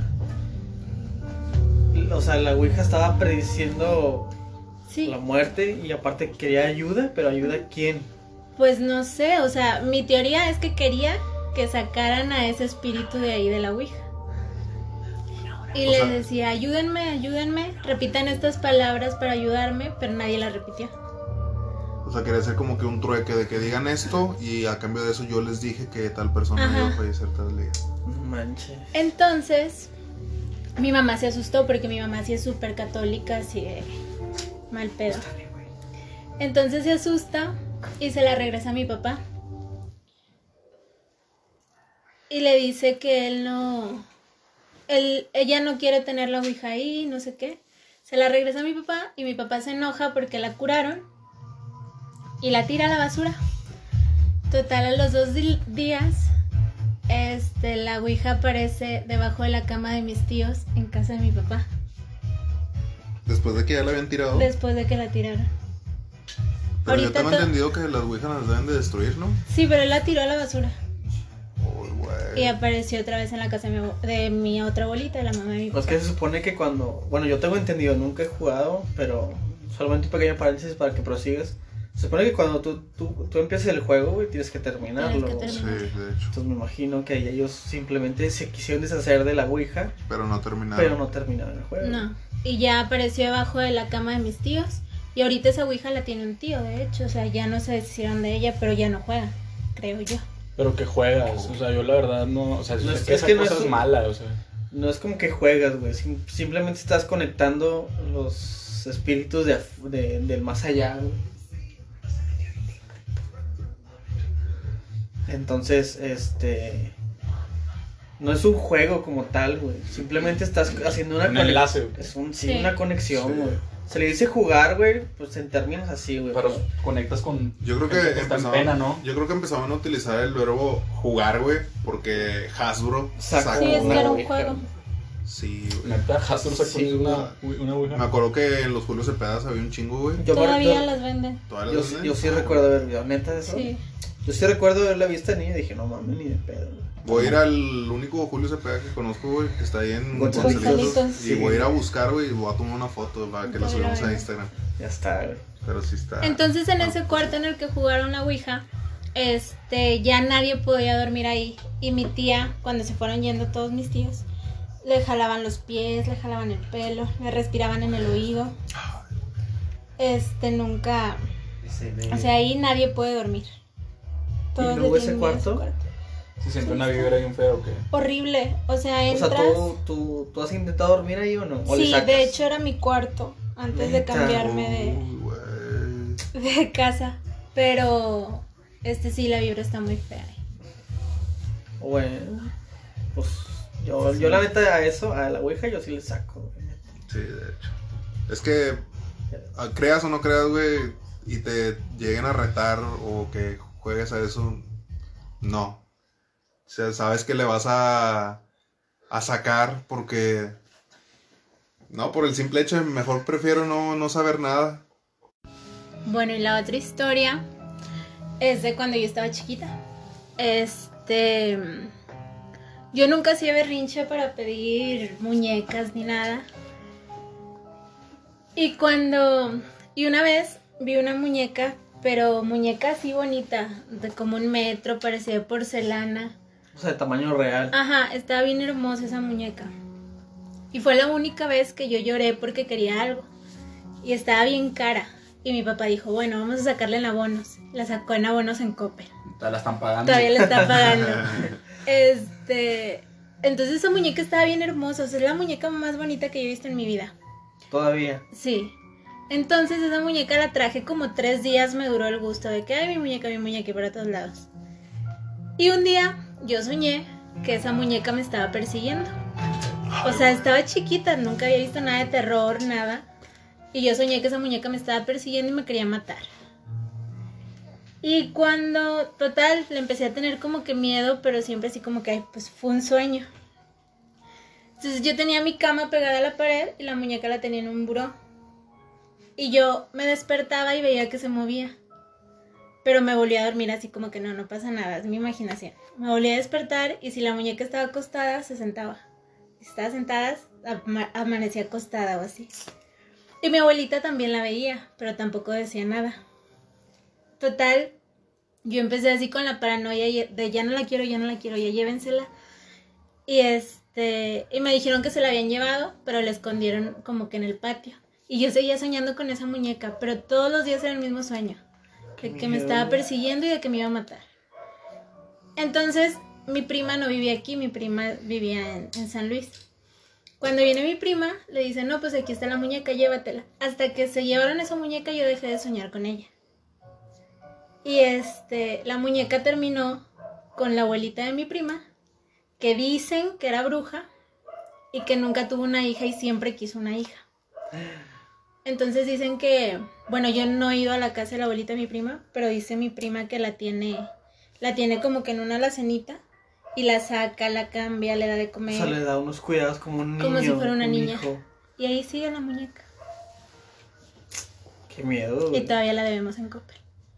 [SPEAKER 2] O sea, la ouija estaba prediciendo
[SPEAKER 5] Sí.
[SPEAKER 2] la muerte y aparte quería ayuda, pero ¿ayuda a quién?
[SPEAKER 5] Pues no sé, o sea, mi teoría es que quería que sacaran a ese espíritu de ahí de la ouija. Y
[SPEAKER 1] O
[SPEAKER 5] les
[SPEAKER 1] sea-
[SPEAKER 5] decía, ayúdenme, ayúdenme, repitan estas palabras para ayudarme, pero nadie las repitió.
[SPEAKER 1] O sea, quería hacer como que un trueque de que digan esto y a cambio de eso yo les dije que tal persona
[SPEAKER 5] Ajá.
[SPEAKER 1] iba a fallecer tal día.
[SPEAKER 2] No manches.
[SPEAKER 5] Entonces, mi mamá se asustó porque mi mamá sí es súper católica, así de mal pedo.
[SPEAKER 2] Está bien, güey.
[SPEAKER 5] Entonces se asusta y se la regresa a mi papá. Y le dice que él no... Él, ella no quiere tener la ouija ahí, no sé qué. Se la regresa a mi papá y mi papá se enoja porque la curaron y la tira a la basura. Total, a los dos di- días, este, la ouija aparece debajo de la cama de mis tíos en casa de mi papá.
[SPEAKER 1] Después de que ya la habían tirado.
[SPEAKER 5] Después de que la tiraron.
[SPEAKER 1] Pero yo
[SPEAKER 5] ahorita
[SPEAKER 1] tengo
[SPEAKER 5] to-
[SPEAKER 1] entendido que las ouijas las deben de destruir, ¿no?
[SPEAKER 5] Sí, pero él la tiró a la basura.
[SPEAKER 1] Uy, güey.
[SPEAKER 5] Y apareció otra vez en la casa de mi, abu- de mi otra abuelita, de la mamá de mi
[SPEAKER 2] Pues
[SPEAKER 5] papá.
[SPEAKER 2] que se supone que cuando... Bueno, yo tengo entendido, nunca he jugado, pero solamente un pequeño paréntesis para que prosigas. Se supone que cuando tú, tú, tú empiezas el juego, güey, tienes que terminarlo.
[SPEAKER 5] Tienes que
[SPEAKER 1] Sí,
[SPEAKER 5] terminar.
[SPEAKER 1] de hecho.
[SPEAKER 2] Entonces me imagino que ellos simplemente se quisieron deshacer de la ouija,
[SPEAKER 1] Pero no terminaron.
[SPEAKER 2] pero no terminaron el juego.
[SPEAKER 5] No. Y ya apareció debajo de la cama de mis tíos Y ahorita esa ouija la tiene un tío, de hecho, o sea, ya no se deshicieron de ella, pero ya no juega, creo yo.
[SPEAKER 3] Pero que juegas, o sea, yo la verdad no, o sea,
[SPEAKER 2] No,
[SPEAKER 3] sé
[SPEAKER 2] es-
[SPEAKER 3] que
[SPEAKER 2] es
[SPEAKER 3] esa
[SPEAKER 2] que no
[SPEAKER 3] cosa
[SPEAKER 2] es
[SPEAKER 3] es
[SPEAKER 2] un-
[SPEAKER 3] mala, o sea.
[SPEAKER 2] No es como que juegas, güey. sim- simplemente estás conectando los espíritus de, af- de- del más allá, güey. Entonces, este... No es un juego como tal, güey. Simplemente estás haciendo una
[SPEAKER 3] Un
[SPEAKER 2] conex-
[SPEAKER 3] enlace, güey.
[SPEAKER 2] Es un, sí,
[SPEAKER 5] Sí.
[SPEAKER 2] una conexión,
[SPEAKER 1] Sí.
[SPEAKER 2] güey. Se le dice jugar, güey, pues en términos así, güey.
[SPEAKER 3] Pero conectas con.
[SPEAKER 1] Yo creo que
[SPEAKER 3] gente está en
[SPEAKER 1] empezaban,
[SPEAKER 3] pena, ¿no?
[SPEAKER 1] yo creo que empezaban a utilizar el verbo jugar, güey, porque Hasbro
[SPEAKER 2] Sacó
[SPEAKER 1] sacó
[SPEAKER 5] Sí, es que
[SPEAKER 2] una
[SPEAKER 5] era un
[SPEAKER 2] ouija,
[SPEAKER 5] juego.
[SPEAKER 2] güey.
[SPEAKER 1] Sí, güey.
[SPEAKER 3] Neta, Hasbro sacó
[SPEAKER 2] Sí,
[SPEAKER 3] una, una ouija.
[SPEAKER 1] Me acuerdo que en los Julio Cepedas había un chingo, güey.
[SPEAKER 2] Yo,
[SPEAKER 5] Todavía
[SPEAKER 2] yo-
[SPEAKER 5] las venden.
[SPEAKER 1] Todas las
[SPEAKER 2] yo,
[SPEAKER 1] venden.
[SPEAKER 2] yo sí recuerdo haber visto, neta, eso.
[SPEAKER 5] Sí.
[SPEAKER 2] Yo sí recuerdo haberla visto de niño y dije, no mames, ni de pedo, güey.
[SPEAKER 1] Voy a ir al único Julio Cepeda que conozco, güey, que está ahí en
[SPEAKER 2] Gonzalitos.
[SPEAKER 5] Gonzalitos.
[SPEAKER 1] Y voy a ir a buscar, güey, y voy a tomar una foto para que la
[SPEAKER 5] Para
[SPEAKER 1] subamos a
[SPEAKER 5] ver.
[SPEAKER 1] Instagram.
[SPEAKER 2] Ya está, güey.
[SPEAKER 1] Pero sí está.
[SPEAKER 5] Entonces en
[SPEAKER 1] Ah,
[SPEAKER 5] ese cuarto en el que jugaron la ouija, este, ya nadie podía dormir ahí. Y mi tía, cuando se fueron yendo todos mis tíos, le jalaban los pies, le jalaban el pelo, le respiraban en el oído. Este, nunca, o sea, ahí nadie puede dormir. Todos
[SPEAKER 2] luego
[SPEAKER 5] le
[SPEAKER 2] ese
[SPEAKER 5] tienen miedo a ese
[SPEAKER 2] cuarto?
[SPEAKER 3] Se siente una vibra bien fea o qué.
[SPEAKER 5] Horrible, o sea,
[SPEAKER 2] O
[SPEAKER 5] entras.
[SPEAKER 2] sea, ¿tú, tú, ¿tú has intentado dormir ahí o no? ¿O le
[SPEAKER 5] Sí,
[SPEAKER 2] sacas?
[SPEAKER 5] de hecho era mi cuarto antes de
[SPEAKER 2] Neta.
[SPEAKER 5] cambiarme
[SPEAKER 1] Uy, güey.
[SPEAKER 5] de, de casa. Pero este sí, la vibra está muy fea.
[SPEAKER 2] Bueno, pues yo, yo la neta a eso, a la ouija, yo sí le saco, güey.
[SPEAKER 1] Sí, de hecho. Es que, ah, creas o no creas, güey, y te lleguen a retar o que juegues a eso, no. O sea, sabes que le vas a, a sacar porque... No, por el simple hecho de mejor prefiero no, no saber nada.
[SPEAKER 5] Bueno, y la otra historia es de cuando yo estaba chiquita. Este. Yo nunca hacía berrinche para pedir muñecas ni nada. Y cuando. Y una vez vi una muñeca, pero muñeca así bonita, de como un metro, parecía de porcelana.
[SPEAKER 2] O sea, de tamaño real.
[SPEAKER 5] Ajá, estaba bien hermosa esa muñeca. Y fue la única vez que yo lloré porque quería algo. Y estaba bien cara. Y mi papá dijo, bueno, vamos a sacarla en abonos. La sacó en abonos en Coppel.
[SPEAKER 3] Te la están pagando.
[SPEAKER 5] Todavía la está pagando. Este... Entonces esa muñeca estaba bien hermosa. O sea, es la muñeca más bonita que yo he visto en mi vida.
[SPEAKER 2] Todavía.
[SPEAKER 5] Sí. Entonces esa muñeca la traje como tres días. Me duró el gusto de que, ay, mi muñeca, mi muñeca, y para todos lados. Y un día yo soñé que esa muñeca me estaba persiguiendo. O sea, estaba chiquita, nunca había visto nada de terror, nada. Y yo soñé que esa muñeca me estaba persiguiendo y me quería matar. Y cuando, total, le empecé a tener como que miedo, pero siempre así como que, ay, pues fue un sueño. Entonces yo tenía mi cama pegada a la pared y la muñeca la tenía en un buró. Y yo me despertaba y veía que se movía. Pero me volví a dormir así como que no, no pasa nada, es mi imaginación. Me volví a despertar y si la muñeca estaba acostada, se sentaba. Si estaba sentada, ama- amanecía acostada o así. Y mi abuelita también la veía, pero tampoco decía nada. Total, yo empecé así con la paranoia de ya no la quiero, ya no la quiero, ya llévensela. Y este, y me dijeron que se la habían llevado, pero la escondieron como que en el patio. Y yo seguía soñando con esa muñeca, pero todos los días era el mismo sueño. De que me estaba persiguiendo y de que me iba a matar. Entonces, mi prima no vivía aquí, mi prima vivía en, en San Luis. Cuando viene mi prima, le dice, no, pues aquí está la muñeca, llévatela. Hasta que se llevaron esa muñeca, yo dejé de soñar con ella. Y este, la muñeca terminó con la abuelita de mi prima, que dicen que era bruja y que nunca tuvo una hija y siempre quiso una hija. Entonces dicen que, bueno, yo no he ido a la casa de la abuelita de mi prima, pero dice mi prima que la tiene, la tiene como que en una alacenita y la saca, la cambia, le da de
[SPEAKER 2] O
[SPEAKER 5] comer.
[SPEAKER 2] sea, le da unos cuidados como un niño.
[SPEAKER 5] Como si fuera una
[SPEAKER 2] un
[SPEAKER 5] niña.
[SPEAKER 2] hijo.
[SPEAKER 5] Y ahí sigue la muñeca.
[SPEAKER 2] Qué miedo,
[SPEAKER 5] Y
[SPEAKER 2] güey.
[SPEAKER 5] todavía la debemos en Coppel.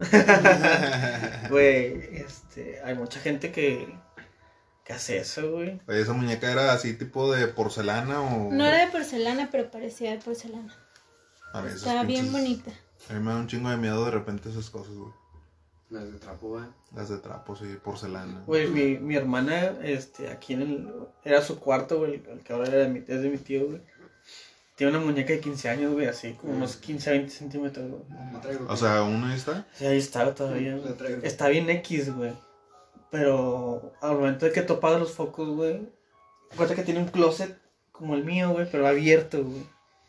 [SPEAKER 2] Güey, este, hay mucha gente que, que hace eso, güey.
[SPEAKER 1] Oye, esa muñeca era así tipo de porcelana o...
[SPEAKER 5] No era de porcelana, pero parecía de porcelana.
[SPEAKER 1] A mí esas
[SPEAKER 5] Estaba bien
[SPEAKER 1] pinches-
[SPEAKER 5] bonita.
[SPEAKER 1] A mí me da un chingo de miedo de repente esas cosas, güey.
[SPEAKER 4] Las de trapo, güey.
[SPEAKER 1] Las de trapo, sí, porcelana.
[SPEAKER 2] Güey, mi, mi hermana, este, aquí en el, era su cuarto, güey, el que ahora era de mi, es de mi tío, güey. Tiene una muñeca de quince años, güey, así, como unos quince a veinte centímetros, güey.
[SPEAKER 4] La traigo.
[SPEAKER 1] O sea, uno ahí está.
[SPEAKER 2] Sí, ahí está todavía,
[SPEAKER 4] La
[SPEAKER 2] güey.
[SPEAKER 4] traigo.
[SPEAKER 2] Está bien X, güey. Pero al momento de que tú apagas los focos, güey, acuérdate que tiene un closet como el mío, güey, pero abierto, güey.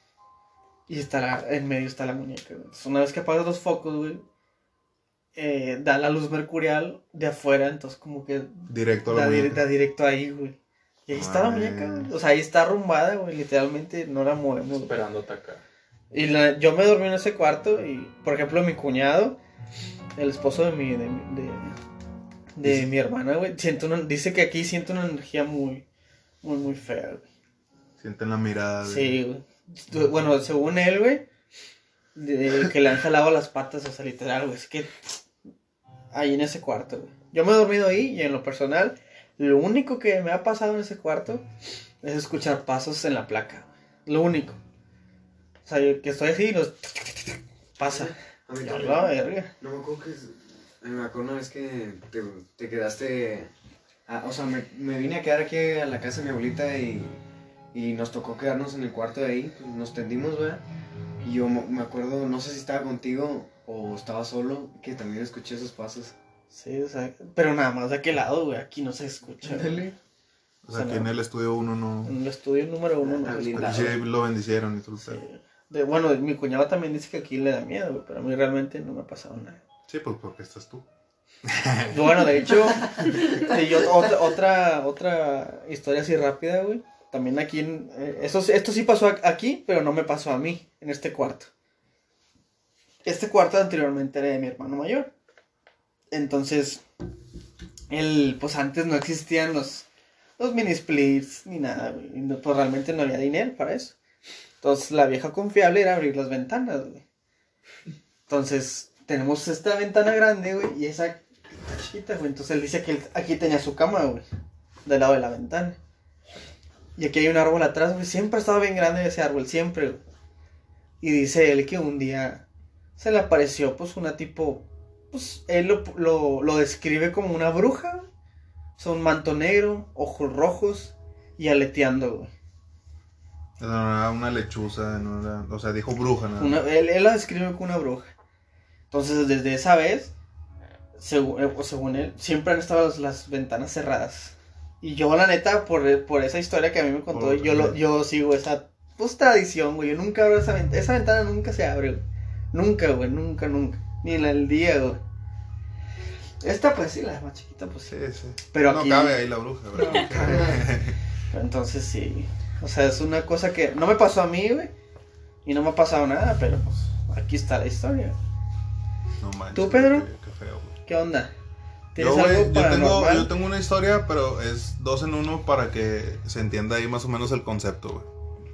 [SPEAKER 2] Y está la, en medio está la muñeca, güey. Entonces, una vez que apagas los focos, güey, eh, da la luz mercurial de afuera, entonces como que
[SPEAKER 1] Directo a la
[SPEAKER 2] da, dire-
[SPEAKER 1] muñeca.
[SPEAKER 2] da directo ahí, güey. Y ahí está la
[SPEAKER 1] Mames.
[SPEAKER 2] muñeca, güey. O sea, ahí está arrumbada, güey, literalmente no la movemos, güey.
[SPEAKER 3] Esperando atacar.
[SPEAKER 2] Y la, yo me dormí en ese cuarto y, por ejemplo, mi cuñado, el esposo de mi, de, mi- de, de
[SPEAKER 1] Dice-
[SPEAKER 2] mi hermana, güey, siento una- dice que aquí siento una energía muy, muy, muy fea, güey.
[SPEAKER 1] Sienten la mirada. de-
[SPEAKER 2] Sí, güey. Bueno, según él, güey, de- que le han jalado las patas, o sea, literal, güey. Es que ahí en ese cuarto, güey. Yo me he dormido ahí y en lo personal, lo único que me ha pasado en ese cuarto es escuchar pasos en la placa, güey. Lo único. O sea, yo que estoy así y los... pasa.
[SPEAKER 4] A mí
[SPEAKER 2] Ya
[SPEAKER 4] también.
[SPEAKER 2] la verga.
[SPEAKER 4] No me acuerdo que... Me acuerdo una vez que te, te quedaste... ah, o sea, me, me vine a quedar aquí a la casa de mi abuelita y, y nos tocó quedarnos en el cuarto de ahí. Pues nos tendimos, ¿verdad? Y yo mo- me acuerdo, no sé si estaba contigo o estaba solo, que también escuché esos pasos.
[SPEAKER 2] Sí, o sea, pero nada más de aquel lado, güey. Aquí no se escucha, güey.
[SPEAKER 1] O sea, aquí en el estudio uno no.
[SPEAKER 2] En el estudio número uno no
[SPEAKER 4] Ah,
[SPEAKER 2] se
[SPEAKER 4] blindado.
[SPEAKER 2] escucha.
[SPEAKER 1] Aquí sí lo bendicieron y todo el
[SPEAKER 2] Sí.
[SPEAKER 1] pedo.
[SPEAKER 2] De, bueno, mi cuñado también dice que aquí le da miedo, güey, pero a mí realmente no me ha pasado nada.
[SPEAKER 1] Sí, pues porque estás tú.
[SPEAKER 2] Bueno, de hecho, sí, yo- otra, otra, otra historia así rápida, güey. También aquí, en, eh, esto, esto sí pasó a- aquí, pero no me pasó a mí, en este cuarto. Este cuarto anteriormente era de mi hermano mayor. Entonces, él, pues antes no existían los, los mini splits ni nada, güey. Y no, pues realmente no había dinero para eso. Entonces, la vieja confiable era abrir las ventanas, güey. Entonces, tenemos esta ventana grande, güey, y esa está chiquita, güey. Entonces, él dice que él aquí tenía su cama, güey, del lado de la ventana. Y aquí hay un árbol atrás, güey. Siempre ha estado bien grande ese árbol, siempre, güey. Y dice él que un día se le apareció, pues, una tipo... Pues, él lo, lo, lo describe como una bruja, güey. O sea, un manto negro, ojos rojos y aleteando, güey.
[SPEAKER 1] No era una lechuza, no era. O sea, dijo bruja, nada.
[SPEAKER 2] Una- él, él la describe como una bruja. Entonces, desde esa vez, según, eh, según él, siempre han estado las, las ventanas cerradas. Y yo, la neta, por, por esa historia que a mí me contó,
[SPEAKER 1] Por-
[SPEAKER 2] yo, lo, yo sigo esa pues, tradición, güey. Yo nunca abro esa ventana. Esa ventana nunca se abre, güey. Nunca, güey, nunca, nunca. Ni en el día, güey. Esta, pues sí, la más chiquita, pues sí.
[SPEAKER 1] Sí, sí.
[SPEAKER 2] Pero
[SPEAKER 1] no
[SPEAKER 2] aquí-
[SPEAKER 1] cabe ahí la bruja,
[SPEAKER 2] No,
[SPEAKER 1] ¿verdad?
[SPEAKER 2] Entonces, sí. O sea, es una cosa que no me pasó a mí, güey. Y no me ha pasado nada, pero pues aquí está la historia.
[SPEAKER 1] No manches.
[SPEAKER 2] ¿Tú, Pedro?
[SPEAKER 1] Qué, qué feo, güey.
[SPEAKER 2] ¿Qué onda?
[SPEAKER 1] Yo,
[SPEAKER 2] ¿Tienes
[SPEAKER 1] güey,
[SPEAKER 2] algo
[SPEAKER 1] yo, tengo,
[SPEAKER 2] paranormal?
[SPEAKER 1] yo tengo una historia, pero es dos en uno para que se entienda ahí más o menos el concepto, güey.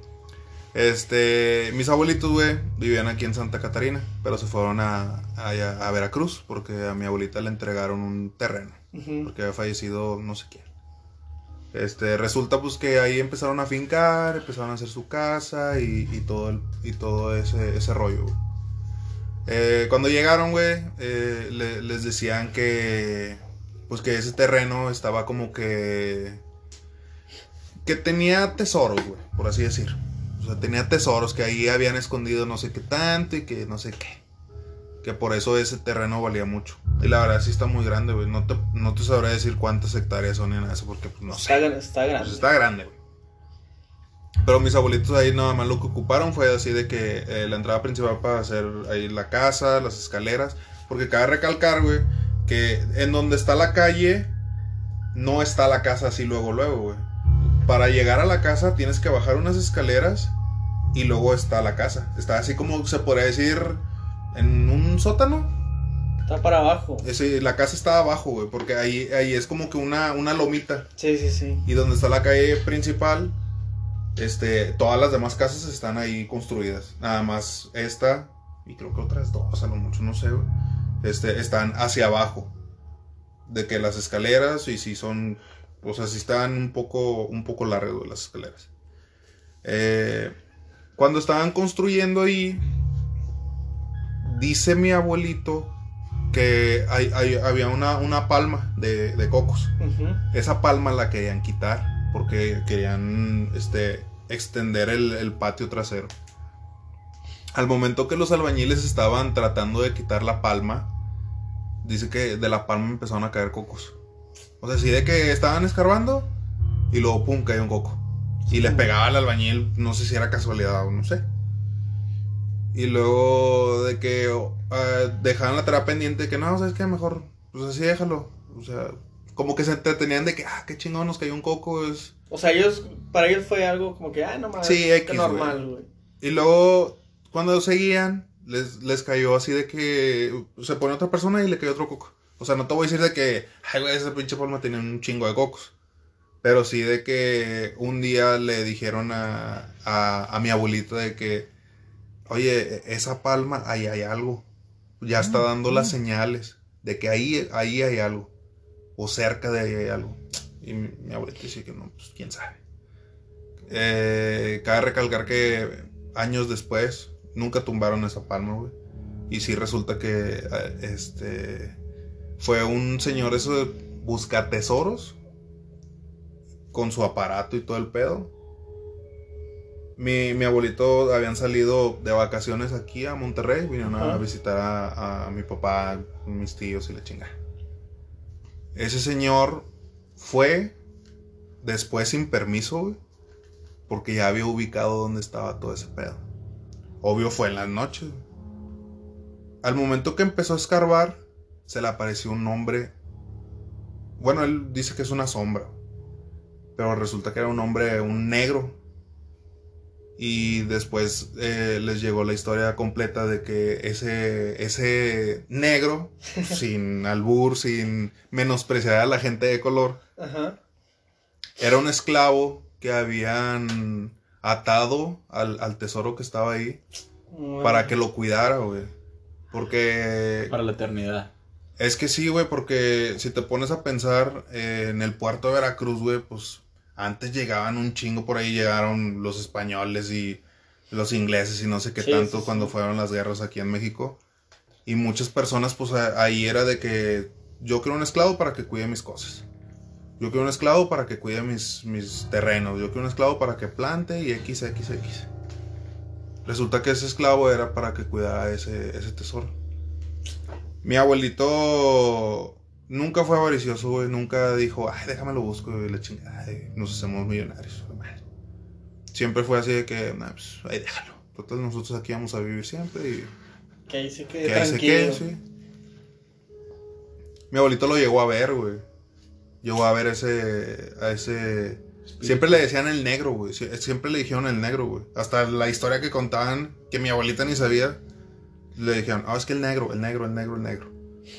[SPEAKER 1] Este, mis abuelitos, güey, vivían aquí en Santa Catarina, pero se fueron a, allá a Veracruz porque a mi abuelita le entregaron un terreno,
[SPEAKER 2] Ujú.
[SPEAKER 1] porque había fallecido no sé quién. Este, resulta pues que ahí empezaron a fincar, empezaron a hacer su casa y, y todo, el, y todo ese, ese rollo, güey. Eh, cuando llegaron, güey, eh, le- les decían que, pues que ese terreno estaba como que, que tenía tesoros, güey, por así decir. O sea, tenía tesoros que ahí habían escondido no sé qué tanto y que no sé qué. Que por eso ese terreno valía mucho. Y la verdad sí está muy grande, güey. No te, no te sabré decir cuántas hectáreas son ni nada de eso porque pues no sé.
[SPEAKER 2] Está, gra- está grande.
[SPEAKER 1] Pues está grande, güey. Pero mis abuelitos ahí nada más lo que ocuparon fue así de que eh, la entrada principal para hacer ahí la casa, las escaleras. Porque cabe recalcar, güey, que en donde está la calle no está la casa así luego, luego, güey. Para llegar a la casa tienes que bajar unas escaleras y luego está la casa. Está así como se podría decir en un sótano.
[SPEAKER 2] Está para abajo.
[SPEAKER 1] Ese, la casa está abajo, güey, porque ahí, ahí es como que una, una lomita.
[SPEAKER 2] Sí, sí, sí.
[SPEAKER 1] Y donde está la calle principal, este, todas las demás casas están ahí construidas. Nada más esta, y creo que otras dos, a lo mucho, no sé, güey, este, están hacia abajo. De que las escaleras, y si son, o sea, si están un poco, un poco largas, güey, las escaleras. Eh, cuando estaban construyendo ahí, dice mi abuelito que hay, hay- había una, una palma de, de cocos.
[SPEAKER 2] Ujú.
[SPEAKER 1] Esa palma la querían quitar porque querían este extender el, el patio trasero. Al momento que los albañiles estaban tratando de quitar la palma, dice que de la palma empezaron a caer cocos. O sea, sí de que estaban escarbando y luego pum, cayó un coco. Y les pegaba al albañil, no sé si era casualidad o no sé. Y luego de que uh, dejaban la tarea pendiente de que no, ¿sabes qué? Mejor, pues así déjalo. O sea, como que se entretenían de que, ah, qué chingón, nos cayó un coco. Es...
[SPEAKER 2] O sea, ellos, para ellos fue algo como que, ah, no mames,
[SPEAKER 1] sí,
[SPEAKER 2] qué
[SPEAKER 1] X,
[SPEAKER 2] normal, güey.
[SPEAKER 1] Y luego, cuando seguían, les, les cayó así de que se pone otra persona y le cayó otro coco. O sea, no te voy a decir de que, ay, güey, esa pinche palma tenía un chingo de cocos. Pero sí de que un día le dijeron a, a, a mi abuelita de que, oye, esa palma, ahí hay algo. Ya está dando las señales de que ahí, ahí hay algo. O cerca de ahí hay algo. Y mi, mi abuelita dice que no, pues quién sabe. Eh, cabe recalcar que años después nunca tumbaron esa palma, güey. Y sí resulta que este fue un señor eso de busca tesoros con su aparato y todo el pedo. Mi, mi abuelito habían salido de vacaciones aquí a Monterrey, vinieron a uh-huh. visitar a, a mi papá, mis tíos y la chingada. Ese señor fue después sin permiso, güey, porque ya había ubicado dónde estaba todo ese pedo. Obvio fue en las noches. Al momento que empezó a escarbar, se le apareció un hombre. Bueno, él dice que es una sombra, pero resulta que era un hombre, un negro. Y después eh, les llegó la historia completa de que ese, ese negro, sin albur, sin menospreciar a la gente de color,
[SPEAKER 2] Ajá.
[SPEAKER 1] era un esclavo que habían atado al, al tesoro que estaba ahí, bueno, para que lo cuidara, güey. Porque...
[SPEAKER 3] para la eternidad.
[SPEAKER 1] Es que sí, güey, porque si te pones a pensar eh, en el puerto de Veracruz, güey, pues... antes llegaban un chingo, por ahí llegaron los españoles y los ingleses y no sé qué sí, tanto sí, cuando sí. fueron las guerras aquí en México. Y muchas personas, pues ahí era de que yo quiero un esclavo para que cuide mis cosas. Yo quiero un esclavo para que cuide mis, mis terrenos. Yo quiero un esclavo para que plante y X, X, X. Resulta que ese esclavo era para que cuidara ese, ese tesoro. Mi abuelito... nunca fue avaricioso, güey. Nunca dijo, ay, déjame lo busco, güey, la chingada, ay, nos hacemos millonarios. Siempre fue así de que, nah, pues, ahí déjalo. Total, nosotros aquí vamos a vivir siempre y...
[SPEAKER 2] que ahí se quede
[SPEAKER 1] que ahí
[SPEAKER 2] tranquilo.
[SPEAKER 1] se quede, sí. Mi abuelito lo llegó a ver, güey. Llegó a ver ese... a ese... siempre le decían el negro, güey. Siempre le dijeron el negro, güey. Hasta la historia que contaban, que mi abuelita ni sabía, le dijeron, ah, oh, es que el negro, el negro, el negro, el negro.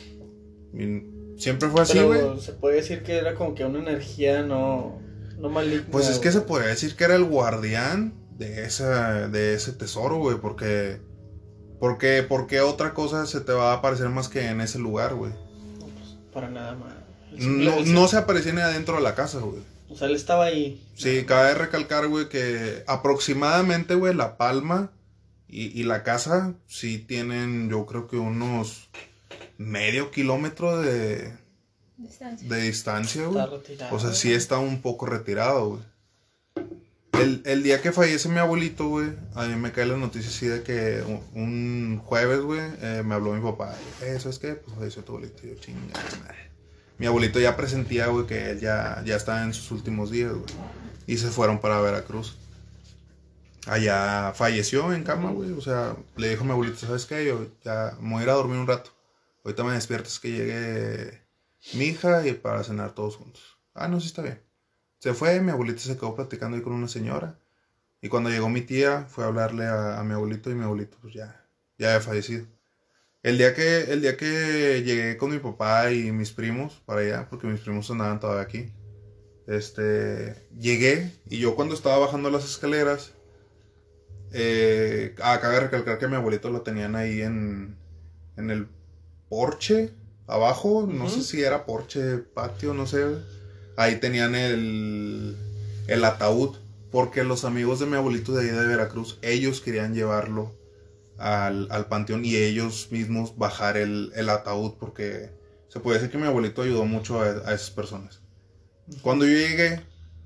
[SPEAKER 1] Y siempre fue así, güey.
[SPEAKER 2] Se puede decir que era como que una energía no, no maligna.
[SPEAKER 1] Pues es que se podría decir que era el guardián de, esa, de ese tesoro, güey. Porque, porque, porque otra cosa se te va a aparecer más que en ese lugar, güey.
[SPEAKER 2] No, pues, para nada más.
[SPEAKER 1] No, no se aparecía ni adentro de la casa, güey.
[SPEAKER 2] O sea, él estaba ahí.
[SPEAKER 1] Sí, cabe recalcar, güey, que aproximadamente, güey, La Palma y, y la casa sí tienen, yo creo que unos... medio kilómetro de distancia, de distancia, güey.
[SPEAKER 2] Está retirado.
[SPEAKER 1] O sea, sí está un poco retirado, güey. El, el día que fallece mi abuelito, güey, a mí me cae la noticia así de que un, un jueves, güey, eh, me habló mi papá. Eh, ¿sabes qué? Pues falleció tu abuelito. Y yo, chingada madre. Mi abuelito ya presentía, güey, que él ya, ya estaba en sus últimos días, güey. Y se fueron para Veracruz. Allá falleció en cama, güey. O sea, le dijo a mi abuelito, ¿sabes qué? Yo ya me voy a ir a dormir un rato. Ahorita me despiertas que llegue mi hija y para cenar todos juntos. Ah, no, sí está bien. Se fue, mi abuelita se quedó platicando ahí con una señora. Y cuando llegó mi tía, fue a hablarle a, a mi abuelito y mi abuelito pues ya, ya había fallecido. El día, que, el día que llegué con mi papá y mis primos para allá, porque mis primos andaban todavía aquí, este, llegué y yo cuando estaba bajando las escaleras, eh, acabo de recalcar que mi abuelito lo tenían ahí en, en el porche, abajo, no uh-huh. sé si era porche, patio, no sé. Ahí tenían el, el ataúd, porque los amigos de mi abuelito de ahí de Veracruz, ellos querían llevarlo al, al panteón y ellos mismos bajar el, el ataúd, porque se puede decir que mi abuelito ayudó mucho a, a esas personas. Cuando yo llegué,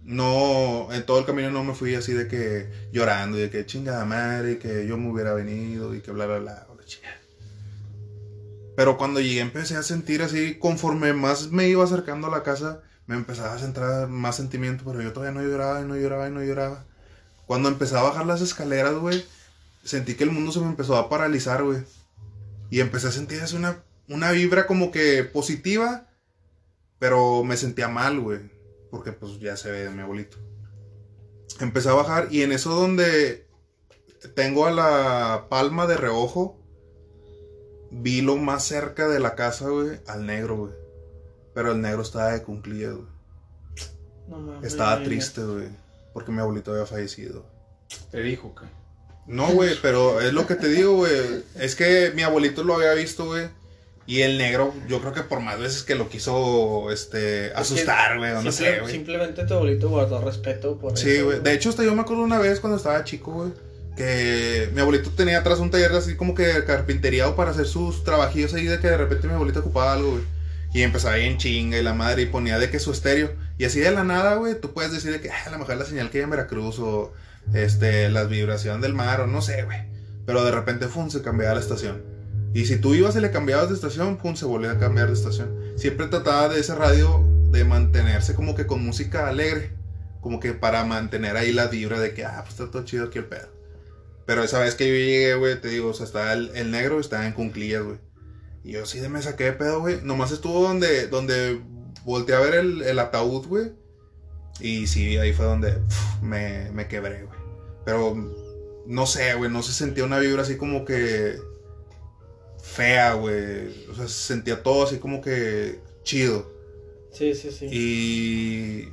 [SPEAKER 1] no, en todo el camino no me fui así de que llorando y de que chingada madre, y que yo me hubiera venido y que bla, bla, bla, bla, chingada. Pero cuando llegué empecé a sentir así, conforme más me iba acercando a la casa, me empezaba a centrar más sentimiento, pero yo todavía no lloraba y no lloraba y no lloraba. Cuando empecé a bajar las escaleras, güey, sentí que el mundo se me empezó a paralizar, güey. Y empecé a sentir así una, una vibra como que positiva, pero me sentía mal, güey, porque pues ya se ve de mi abuelito. Empecé a bajar y en eso donde tengo a la palma de reojo, vi lo más cerca de la casa, güey, al negro, güey. Pero el negro estaba de cunclillas, güey.
[SPEAKER 2] No mames.
[SPEAKER 1] Estaba
[SPEAKER 2] güey.
[SPEAKER 1] triste, güey, porque mi abuelito había fallecido.
[SPEAKER 3] Te dijo que.
[SPEAKER 1] No, güey, pero es lo que te digo, güey. Es que mi abuelito lo había visto, güey. Y el negro, yo creo que por más veces que lo quiso, este,
[SPEAKER 2] Es
[SPEAKER 1] asustar,
[SPEAKER 2] que
[SPEAKER 1] güey, o no
[SPEAKER 2] simple-
[SPEAKER 1] sé, güey.
[SPEAKER 2] Simplemente tu abuelito guardó respeto por
[SPEAKER 1] Sí,
[SPEAKER 2] eso.
[SPEAKER 1] güey. De hecho, hasta yo me acuerdo una vez cuando estaba chico, güey, que mi abuelito tenía atrás un taller así como que de carpintería para hacer sus trabajillos ahí de que de repente mi abuelito ocupaba algo, güey. Y empezaba ahí en chinga y la madre y ponía de que su estéreo. Y así de la nada, güey, tú puedes decir de que ah, a lo mejor la señal que hay en Veracruz o este, las vibraciones del mar o no sé, güey. Pero de repente, fum, se cambiaba la estación. Y si tú ibas y le cambiabas de estación, pum, se volvía a cambiar de estación. Siempre trataba de ese radio de mantenerse como que con música alegre. Como que para mantener ahí la vibra de que, ah, pues está todo chido aquí el pedo. Pero esa vez que yo llegué, güey, te digo, o sea, estaba el, el negro, estaba en cunclillas, güey. Y yo sí de me saqué de pedo, güey. Nomás estuvo donde, donde volteé a ver el, el ataúd, güey. Y sí, ahí fue donde pf, me, me quebré, güey. Pero no sé, güey, no se sentía una vibra así como que fea, güey. O sea, se sentía todo así como que chido.
[SPEAKER 2] Sí, sí, sí.
[SPEAKER 1] Y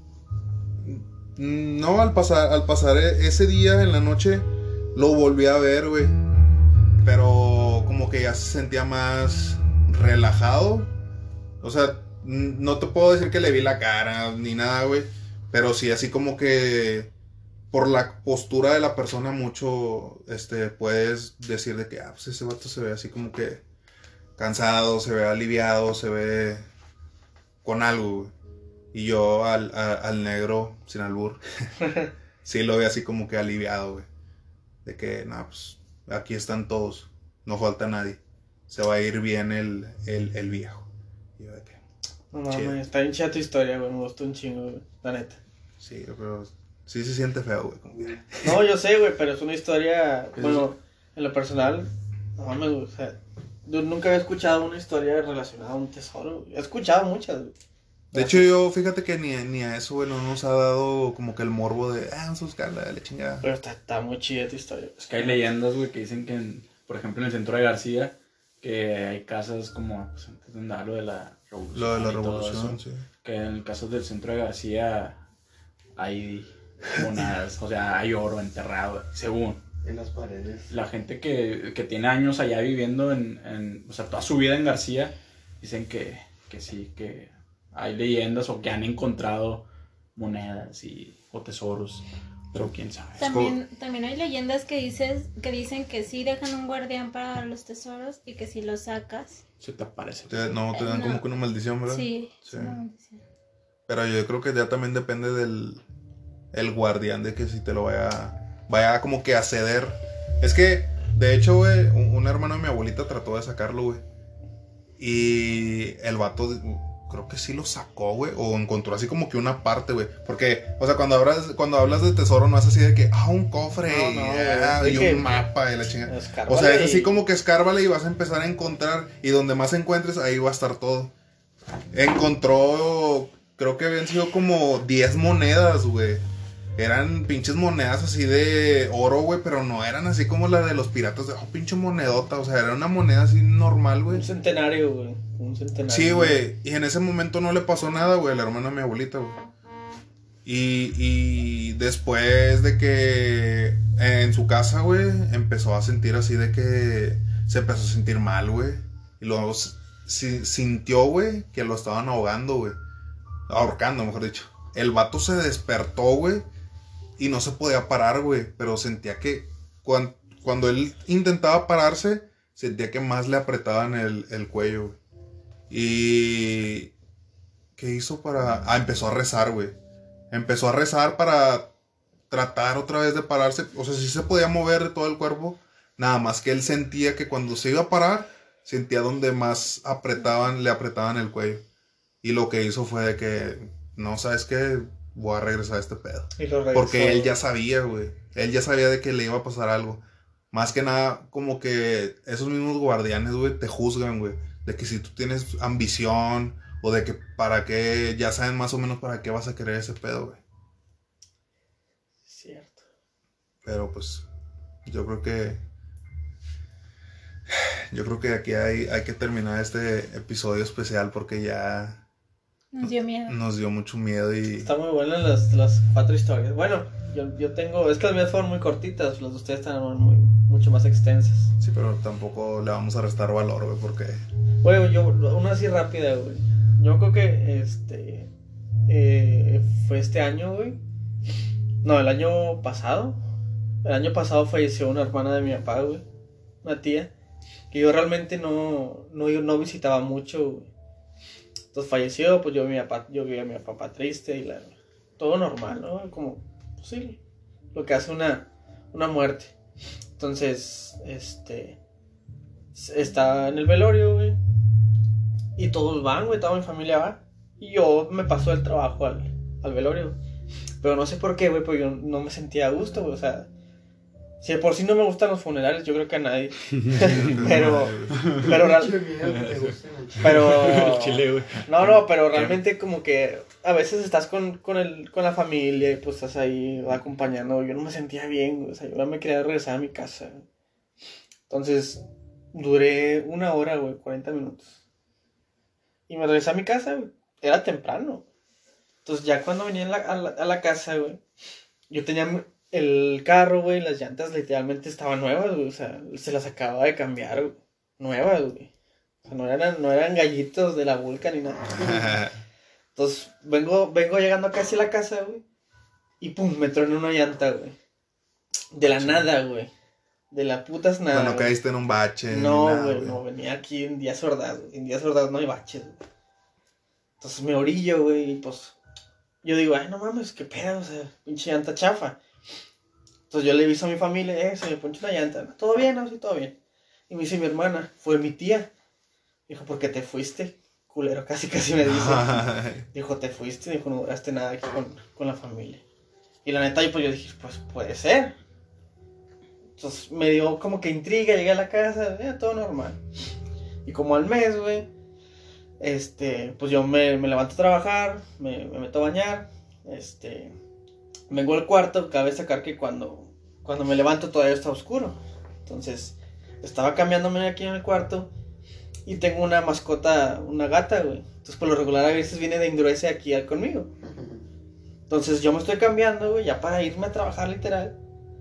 [SPEAKER 1] no, al pasar, al pasar ese día en la noche, lo volví a ver, güey. Pero como que ya se sentía más relajado. O sea, no te puedo decir que le vi la cara ni nada, güey. Pero sí, así como que por la postura de la persona mucho, este, puedes decir de que, ah, pues ese vato se ve así como que cansado, se ve aliviado, se ve con algo, güey. Y yo al, a, al negro, sin albur, sí lo veo así como que aliviado, güey. De que, no, pues aquí están todos, no falta nadie. Se va a ir bien el, el, el viejo. Y yo de que,
[SPEAKER 2] No mames,
[SPEAKER 1] chido.
[SPEAKER 2] está bien chida tu historia, güey. Me gustó un chingo, güey. La neta.
[SPEAKER 1] Sí, pero sí se siente feo, güey. Como que,
[SPEAKER 2] No, yo sé, güey, pero es una historia.
[SPEAKER 1] ¿Qué
[SPEAKER 2] Bueno, en lo personal, no mames, güey. O sea, yo nunca había escuchado una historia relacionada a un tesoro, güey. He escuchado muchas, güey.
[SPEAKER 1] de hecho, yo, fíjate que ni, ni a eso, güey, no nos ha dado como que el morbo de, ah, vamos a buscarla, dale chingada.
[SPEAKER 2] Pero está, está muy chida tu historia.
[SPEAKER 3] Es que hay leyendas, güey, que dicen que, en, por ejemplo, en el centro de García, que hay casas como, pues antes de andar lo de la revolución.
[SPEAKER 1] Lo de la
[SPEAKER 3] y todo
[SPEAKER 1] revolución,
[SPEAKER 3] eso,
[SPEAKER 1] sí.
[SPEAKER 3] que en el caso del centro de García hay monedas, o sea, hay oro enterrado, según.
[SPEAKER 4] En las paredes.
[SPEAKER 3] La gente que, que tiene años allá viviendo en, en, o sea, toda su vida en García, dicen que, que sí, que hay leyendas o que han encontrado monedas y, o tesoros, pero quién sabe.
[SPEAKER 5] También, también hay leyendas que, dices, que dicen que sí dejan un guardián para los tesoros y que si los sacas.
[SPEAKER 3] Se te aparece.
[SPEAKER 1] Te- no, te dan
[SPEAKER 5] No.
[SPEAKER 1] como que una maldición, ¿verdad?
[SPEAKER 5] Sí,
[SPEAKER 1] Sí.
[SPEAKER 5] es una maldición.
[SPEAKER 1] Pero yo creo que ya también depende del el guardián de que si te lo vaya vaya como que a ceder. Es que, de hecho, güey, un, un hermano de mi abuelita trató de sacarlo, güey. Y el vato, creo que sí lo sacó, güey. O encontró así como que una parte, güey. Porque, o sea, cuando hablas, cuando hablas de tesoro no es así de que, ah, un cofre
[SPEAKER 2] No,
[SPEAKER 1] y,
[SPEAKER 2] no,
[SPEAKER 1] ah,
[SPEAKER 2] güey,
[SPEAKER 1] y
[SPEAKER 2] es que-
[SPEAKER 1] un mapa y la chingada.
[SPEAKER 2] Escárbale
[SPEAKER 1] O sea, es
[SPEAKER 2] y-
[SPEAKER 1] así como que escárbale y vas a empezar a encontrar. Y donde más encuentres, ahí va a estar todo. Encontró, creo que habían sido como diez monedas, güey. Eran pinches monedas así de oro, güey, pero no eran así como la de los piratas de, oh, pinche monedota. O sea, era una moneda así normal, güey.
[SPEAKER 2] Un centenario, güey. Un centenario.
[SPEAKER 1] Sí, güey. Y en ese momento no le pasó nada, güey, a la hermana de mi abuelita, güey. Y, y después de que en su casa, güey, empezó a sentir así de que se empezó a sentir mal, güey. Y luego s- si- sintió, güey, que lo estaban ahogando, güey. Ahorcando, mejor dicho. El vato se despertó, güey. Y no se podía parar, güey. Pero sentía que cuan- cuando él intentaba pararse, sentía que más le apretaban el, el cuello, güey. Y... ¿qué hizo para...? Ah, empezó a rezar, güey. empezó a rezar para tratar otra vez de pararse. O sea, sí se podía mover de todo el cuerpo. Nada más que él sentía que cuando se iba a parar, sentía donde más apretaban, le apretaban el cuello. Y lo que hizo fue de que, no, ¿sabes qué? Voy a regresar a este pedo.
[SPEAKER 2] Y lo regresó.
[SPEAKER 1] Porque él ya sabía, güey. Él ya sabía de que le iba a pasar algo. Más que nada, como que esos mismos guardianes, güey, te juzgan, güey. De que si tú tienes ambición o de que para qué, ya saben más o menos para qué vas a querer ese pedo, güey.
[SPEAKER 2] Cierto.
[SPEAKER 1] Pero pues, yo creo que... Yo creo que aquí hay, hay que terminar este episodio especial porque ya...
[SPEAKER 5] Nos dio miedo.
[SPEAKER 1] Nos dio mucho miedo y...
[SPEAKER 2] Está muy buenas las, las cuatro historias. Bueno, yo, yo tengo... Es que las mías fueron muy cortitas, las de ustedes están muy, mucho más extensas.
[SPEAKER 1] Sí, pero tampoco le vamos a restar valor, güey, porque...
[SPEAKER 2] Güey, yo, una así rápida, güey. Yo creo que, este... Eh, fue este año, güey. No, el año pasado. El año pasado falleció una hermana de mi papá, güey. Una tía. Que yo realmente no, no, no visitaba mucho, güey. Entonces falleció, pues yo vi a mi papá, yo vi a mi papá triste y la, todo normal, ¿no? Como, pues sí, lo que hace una, una muerte. Entonces, este, está en el velorio, güey. Y todos van, güey, toda mi familia va. Y yo me paso el trabajo al, al velorio. Pero no sé por qué, güey, pues yo no me sentía a gusto, güey, o sea... Si de por sí no me gustan los funerales, yo creo que a nadie. pero, pero, real, pero,
[SPEAKER 3] Chile, güey.
[SPEAKER 2] no, no, pero realmente como que a veces estás con, con, el, con la familia y pues estás ahí acompañando. Yo no me sentía bien, o sea, yo me quería regresar a mi casa. Entonces, duré una hora, güey, cuarenta minutos. Y me regresé a mi casa, güey. Era temprano. Entonces, ya cuando venía a la, a la, a la casa, güey, yo tenía... El carro, güey, las llantas literalmente estaban nuevas, güey. O sea, se las acababa de cambiar, güey. Nuevas, güey. O sea, no eran, no eran gallitos de la Vulcan ni nada. Entonces, vengo, vengo llegando casi a la casa, güey. Y pum, me troné una llanta, güey. De la nada, güey. De la putas nada.
[SPEAKER 1] Bueno, caíste en un bache.
[SPEAKER 2] No, güey, no. Venía aquí en Díaz Ordaz, güey. En Díaz Ordaz no hay baches, güey. Entonces me orillo, güey. Y pues, yo digo, ay, no mames, qué pedo, o sea, pinche llanta chafa. Entonces yo le aviso a mi familia, eh, se me ponchó una llanta. ¿Todo bien? No, sí, todo bien. Y me dice mi hermana, fue mi tía. Dijo, ¿por qué te fuiste? Culero, casi casi me dice. Dijo, te fuiste, dijo, no duraste nada aquí con, con la familia. Y la neta, yo, pues yo dije, pues puede ser. Entonces me dio como que intriga, llegué a la casa, eh, todo normal. Y como al mes, güey, este, pues yo me, me levanto a trabajar, me, me meto a bañar, este... Vengo al cuarto, cabe destacar que cuando, cuando me levanto todavía está oscuro. Entonces, estaba cambiándome aquí en el cuarto y tengo una mascota, una gata, güey. Entonces, por lo regular a veces viene de endurece aquí conmigo. Entonces, yo me estoy cambiando, güey, ya para irme a trabajar literal.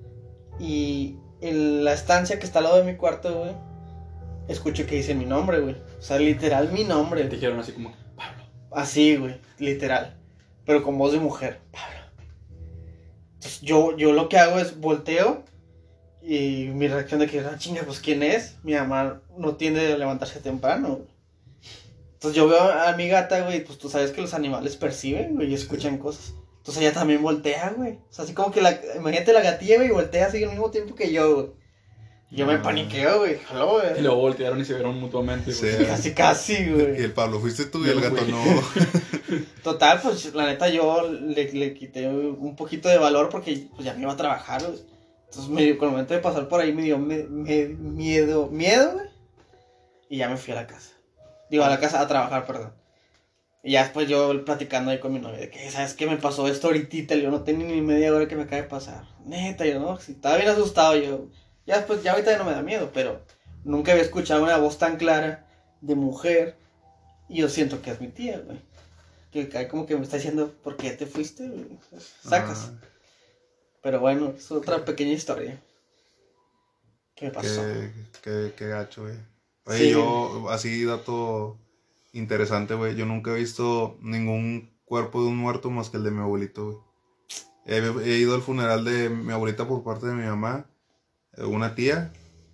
[SPEAKER 2] Y en la estancia que está al lado de mi cuarto, güey, escucho que dice mi nombre, güey. O sea, literal mi nombre.
[SPEAKER 3] Te dijeron así como, Pablo.
[SPEAKER 2] Así, güey, literal. Pero con voz de mujer, Pablo. Entonces yo, yo lo que hago es volteo y mi reacción de que, ah, chinga, pues ¿quién es? Mi mamá no tiende a levantarse temprano, güey. Entonces yo veo a mi gata, güey, pues tú sabes que los animales perciben, güey, y escuchan cosas. Entonces ella también voltea, güey. O sea, así como que la, imagínate la gatilla, güey, voltea así al mismo tiempo que yo, güey. Yo me paniqueo, güey, jaló, güey.
[SPEAKER 3] Y luego voltearon y se vieron mutuamente, güey.
[SPEAKER 1] Sí.
[SPEAKER 2] Casi, casi, güey.
[SPEAKER 1] Y el Pablo, fuiste tú y
[SPEAKER 3] Yo
[SPEAKER 1] el gato
[SPEAKER 3] fui.
[SPEAKER 1] no.
[SPEAKER 2] Total, pues la neta yo le, le quité un poquito de valor porque pues ya me iba a trabajar, güey. Entonces me, con el momento de pasar por ahí me dio me, me, miedo, miedo, güey. Y ya me fui a la casa. Digo, a la casa a trabajar, perdón. Y ya después yo platicando ahí con mi novia de que, ¿sabes qué? Me pasó esto ahorita, yo no tenía ni media hora que me acaba de pasar. Neta, yo no, sí, estaba bien asustado yo. Ya después, ya ahorita ya no me da miedo, pero nunca había escuchado una voz tan clara de mujer. Y yo siento que es mi tía, güey. Que cae como que me está diciendo, ¿por qué te fuiste, güey? Sacas.
[SPEAKER 1] Ah,
[SPEAKER 2] Pero bueno, es otra pequeña historia. ¿Qué me pasó?
[SPEAKER 1] qué, qué, qué gacho, güey. Oye,
[SPEAKER 2] Sí.
[SPEAKER 1] yo, así dato interesante, güey. Yo nunca he visto ningún cuerpo de un muerto más que el de mi abuelito, güey. He, he ido al funeral de mi abuelita por parte de mi mamá, una tía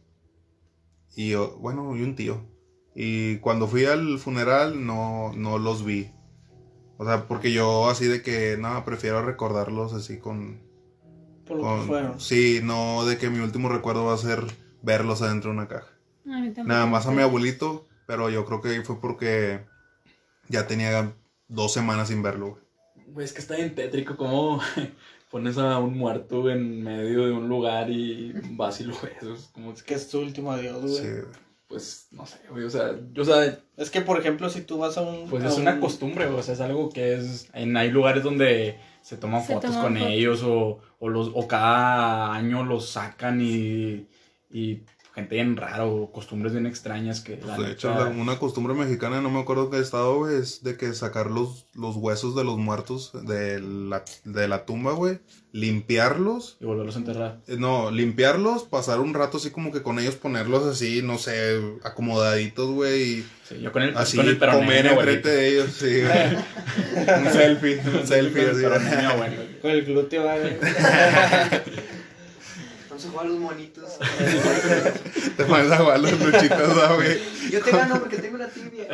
[SPEAKER 1] y yo, bueno, y un tío. Y cuando fui al funeral no, no los vi. O sea, porque yo así de que, no, prefiero recordarlos así con...
[SPEAKER 2] Por lo
[SPEAKER 1] con
[SPEAKER 2] que fueron.
[SPEAKER 1] Sí, no de que mi último recuerdo va a ser verlos adentro de una caja.
[SPEAKER 5] A mí tampoco
[SPEAKER 1] Nada
[SPEAKER 5] me
[SPEAKER 1] más a mi
[SPEAKER 5] gusta.
[SPEAKER 1] abuelito, pero yo creo que fue porque ya tenía dos semanas sin verlo, güey.
[SPEAKER 3] Güey, es que está bien tétrico como pones a un muerto en medio de un lugar y vas y lo ves. Es como,
[SPEAKER 2] Es que es tu último adiós, güey.
[SPEAKER 1] Sí, güey.
[SPEAKER 3] pues, no sé, güey, o sea, yo, o sea,
[SPEAKER 2] Es que, por ejemplo, si tú vas a un...
[SPEAKER 3] pues
[SPEAKER 2] a
[SPEAKER 3] es una
[SPEAKER 2] un-
[SPEAKER 3] costumbre, o sea, es algo que es, en, hay lugares donde se toman
[SPEAKER 5] Se
[SPEAKER 3] fotos
[SPEAKER 5] toman
[SPEAKER 3] con
[SPEAKER 5] fotos.
[SPEAKER 3] ellos o, o, los, o cada año los sacan y, y gente bien rara o costumbres bien extrañas que la
[SPEAKER 1] Pues de hecho,
[SPEAKER 3] neta-
[SPEAKER 1] la- una costumbre mexicana, no me acuerdo qué estado, güey, es de que sacar los, los huesos de los muertos de la, de la tumba, güey, limpiarlos.
[SPEAKER 3] y volverlos a enterrar.
[SPEAKER 1] eh, No, limpiarlos, pasar un rato así como que con ellos, ponerlos así, no sé, acomodaditos, güey, y
[SPEAKER 3] Sí, yo con el,
[SPEAKER 1] así
[SPEAKER 3] con el peroné de
[SPEAKER 1] comer
[SPEAKER 3] mi abuelito.
[SPEAKER 1] enfrente de ellos, sí, güey. Un selfie, un selfie,
[SPEAKER 3] Con el
[SPEAKER 1] así.
[SPEAKER 3] peroné de mi abuelo.
[SPEAKER 2] Con el glúteo, güey.
[SPEAKER 4] Vamos a jugar a los monitos.
[SPEAKER 1] Te pones a jugar los luchitos, ¿no, güey?
[SPEAKER 4] Yo te gano porque tengo una tibia.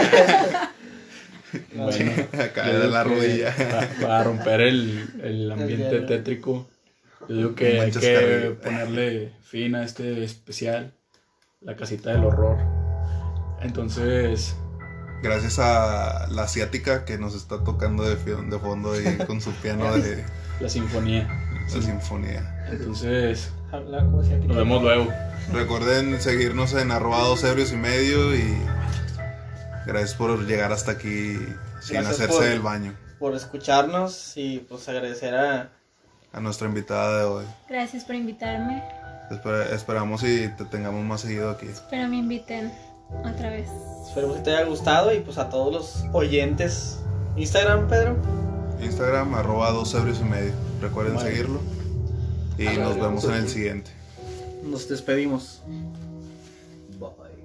[SPEAKER 3] Bueno,
[SPEAKER 1] Acá
[SPEAKER 3] yo
[SPEAKER 1] de
[SPEAKER 3] digo
[SPEAKER 1] la
[SPEAKER 3] que
[SPEAKER 1] rodilla.
[SPEAKER 3] pa- Para romper el, el ambiente
[SPEAKER 2] hielo.
[SPEAKER 3] tétrico, yo digo que hay
[SPEAKER 1] Manchas
[SPEAKER 3] que
[SPEAKER 1] carrillo.
[SPEAKER 3] ponerle fin a este especial, la casita del horror. Entonces,
[SPEAKER 1] Gracias a la asiática que nos está tocando de, fi- de fondo ahí con su piano de
[SPEAKER 3] la sinfonía.
[SPEAKER 1] la sinfonía.
[SPEAKER 3] Entonces,
[SPEAKER 2] Habla como si a ti
[SPEAKER 3] nos
[SPEAKER 2] te-
[SPEAKER 3] vemos luego.
[SPEAKER 1] Recuerden seguirnos en arroba dos ebrios y medio y gracias por llegar hasta aquí sin
[SPEAKER 2] Gracias
[SPEAKER 1] hacerse
[SPEAKER 2] por-
[SPEAKER 1] del baño.
[SPEAKER 2] por escucharnos y pues agradecer a...
[SPEAKER 1] A nuestra invitada de hoy.
[SPEAKER 5] Gracias por invitarme.
[SPEAKER 1] Esper- esperamos y te tengamos más seguido aquí.
[SPEAKER 5] Espero me inviten otra vez.
[SPEAKER 2] Esperemos que te haya gustado y pues a todos los oyentes. Instagram, Pedro.
[SPEAKER 1] Instagram arroba dos ebrios y medio. Recuerden
[SPEAKER 3] Vale.
[SPEAKER 1] seguirlo y
[SPEAKER 2] Vale,
[SPEAKER 1] nos vemos en el
[SPEAKER 2] vamos.
[SPEAKER 1] siguiente.
[SPEAKER 2] Nos despedimos.
[SPEAKER 4] Bye.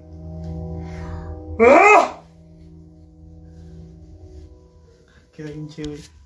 [SPEAKER 2] Qué bien chévere.